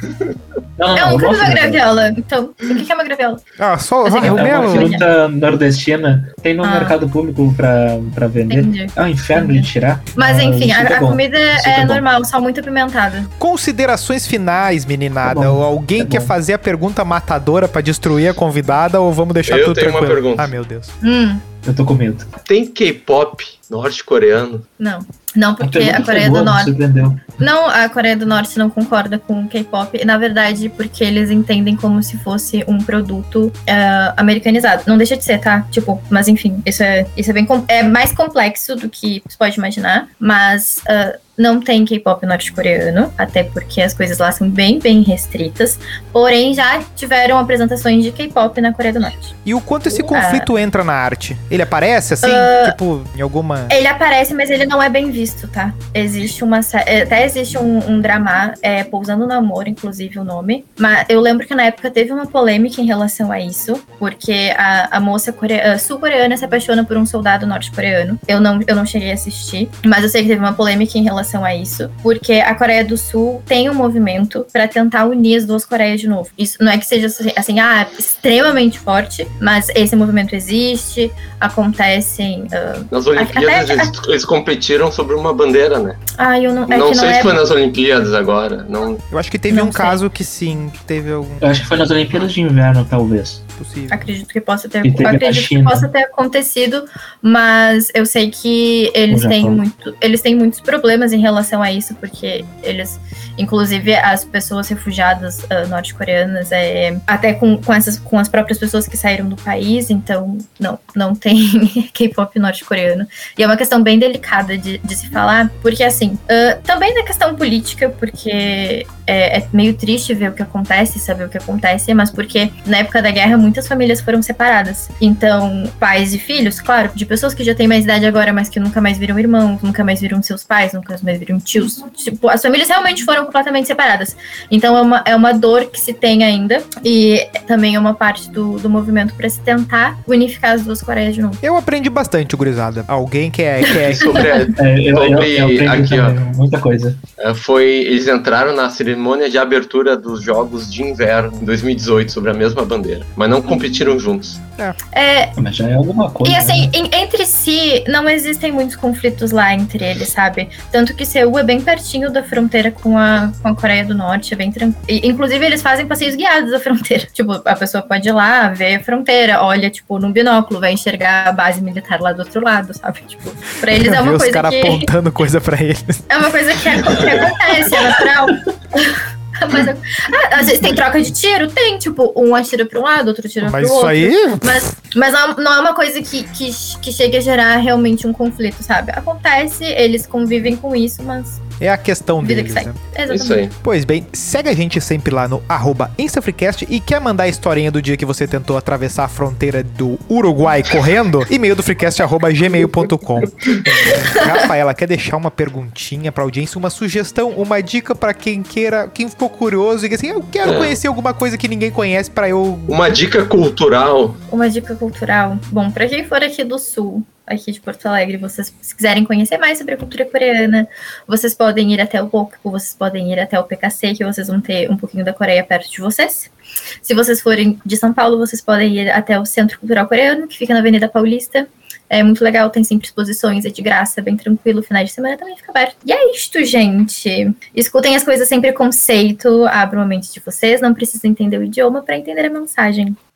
Não, Eu não, nunca vi gosto uma de- graviola. Então, o que que é uma graviola? Ah, só Mas é que ah, é o uma É uma Melo. fruta nordestina. Tem no Ah. mercado público pra, pra vender. Entendi. É um inferno de tirar. Mas enfim, a, super a bom. comida Super é bom. normal, só muito apimentada. Considerações finais, meninada. Tá bom, Ou alguém tá quer bom. fazer a pergunta matadora pra destruir a convidada ou vamos deixar Eu tudo tenho uma tranquilo? pergunta. Ah, meu Deus. Hum, Eu tô com medo. Tem K-pop norte-coreano? não. Não, porque pergunta a Coreia foi boa, do me Norte. surpreendeu. Não, a Coreia do Norte não concorda com o K-pop, na verdade, porque eles entendem como se fosse um produto ah, americanizado. Não deixa de ser, tá? Tipo, mas enfim, isso é, isso é bem com- é mais complexo do que você pode imaginar, mas ah, não tem K-pop norte-coreano, até porque as coisas lá são bem, bem restritas, porém já tiveram apresentações de K-pop na Coreia do Norte. E o quanto esse Ah. conflito entra na arte? Ele aparece assim? Tipo, em alguma. Ele aparece, mas ele não é bem visto. visto, tá? Existe uma... Até existe um, um drama, é, Pousando no Amor, inclusive o nome. Mas eu lembro que na época teve uma polêmica em relação a isso, porque a, a moça coreana, sul-coreana se apaixona por um soldado norte-coreano. Eu não, eu não cheguei a assistir, mas eu sei que teve uma polêmica em relação a isso, porque a Coreia do Sul tem um movimento pra tentar unir as duas Coreias de novo. Isso não é que seja assim, ah, extremamente forte, mas esse movimento existe, acontecem... Uh, Nas Olimpíadas até, eles, eles competiram sobre uma bandeira, né? Ah, eu não... É não que sei não se é... foi nas Olimpíadas agora, não... Eu acho que teve Não um sei. caso que sim, teve algum... Eu acho que foi nas Olimpíadas de Inverno, talvez. Possível. Acredito que possa ter, E teve na acredito que China. possa ter acontecido, mas eu sei que eles No têm Japão. muito, eles têm muitos problemas em relação a isso, porque eles, inclusive as pessoas refugiadas uh, norte-coreanas, é, até com, com essas, com as próprias pessoas que saíram do país, então não, não tem K-pop norte-coreano. E é uma questão bem delicada de, de se falar, porque assim, uh, também na questão política, porque é, é meio triste ver o que acontece, saber o que acontece, mas porque na época da guerra muitas famílias foram separadas. Então, pais e filhos, claro, de pessoas que já têm mais idade agora, mas que nunca mais viram irmãos, nunca mais viram seus pais, nunca mais viram tios. Tipo, as famílias realmente foram completamente separadas. Então, é uma, é uma dor que se tem ainda, e também é uma parte do, do movimento para se tentar unificar as duas Coreias de novo. Eu aprendi bastante, gurizada. Alguém que é... Que é... Sobre, a- É, eu, eu, sobre eu aprendi aqui, ó. também muita coisa. É, foi, eles entraram na cerimônia de abertura dos Jogos de Inverno em dois mil e dezoito sobre a mesma bandeira, mas não competiram juntos. É, Mas já é alguma coisa. e assim, né? em- entre si, não existem muitos conflitos lá entre eles, sabe? Tanto que Seul é bem pertinho da fronteira com a, com a Coreia do Norte, é bem tranquilo. Inclusive, eles fazem passeios guiados da fronteira. Tipo, a pessoa pode ir lá, ver a fronteira, olha, tipo, num binóculo, vai enxergar a base militar lá do outro lado, sabe? Tipo, pra eles é Ver uma os coisa caras que... apontando coisa pra eles. É uma coisa que, é- que acontece, é natural. Mas, ah, às vezes tem troca de tiro? Tem, tipo, um atira pra um lado, outro atira Mas pro isso outro. aí... Mas, mas não, não é uma coisa que, que, que chegue a gerar realmente um conflito, sabe? Acontece, eles convivem com isso, mas É a questão vida deles, que segue. né? Exatamente. Isso aí. Pois bem, segue a gente sempre lá no arroba InstaFreecast e quer mandar a historinha do dia que você tentou atravessar a fronteira do Uruguai correndo? E-mail do freecast arroba gmail ponto com. Rafaela, quer deixar uma perguntinha pra audiência, uma sugestão, uma dica pra quem queira, quem ficou curioso e que assim, eu quero É. conhecer alguma coisa que ninguém conhece pra eu... Uma dica cultural. Uma dica cultural. Bom, pra quem for aqui do Sul, aqui de Porto Alegre, vocês se quiserem conhecer mais sobre a cultura coreana, vocês podem ir até o Bokpo, vocês podem ir até o P K C, que vocês vão ter um pouquinho da Coreia perto de vocês. Se vocês forem de São Paulo, vocês podem ir até o Centro Cultural Coreano, que fica na Avenida Paulista. É muito legal, tem sempre exposições, é de graça, é bem tranquilo, finais de semana também fica aberto. E é isto, gente. Escutem as coisas sem preconceito, abram a mente de vocês, não precisam entender o idioma para entender a mensagem.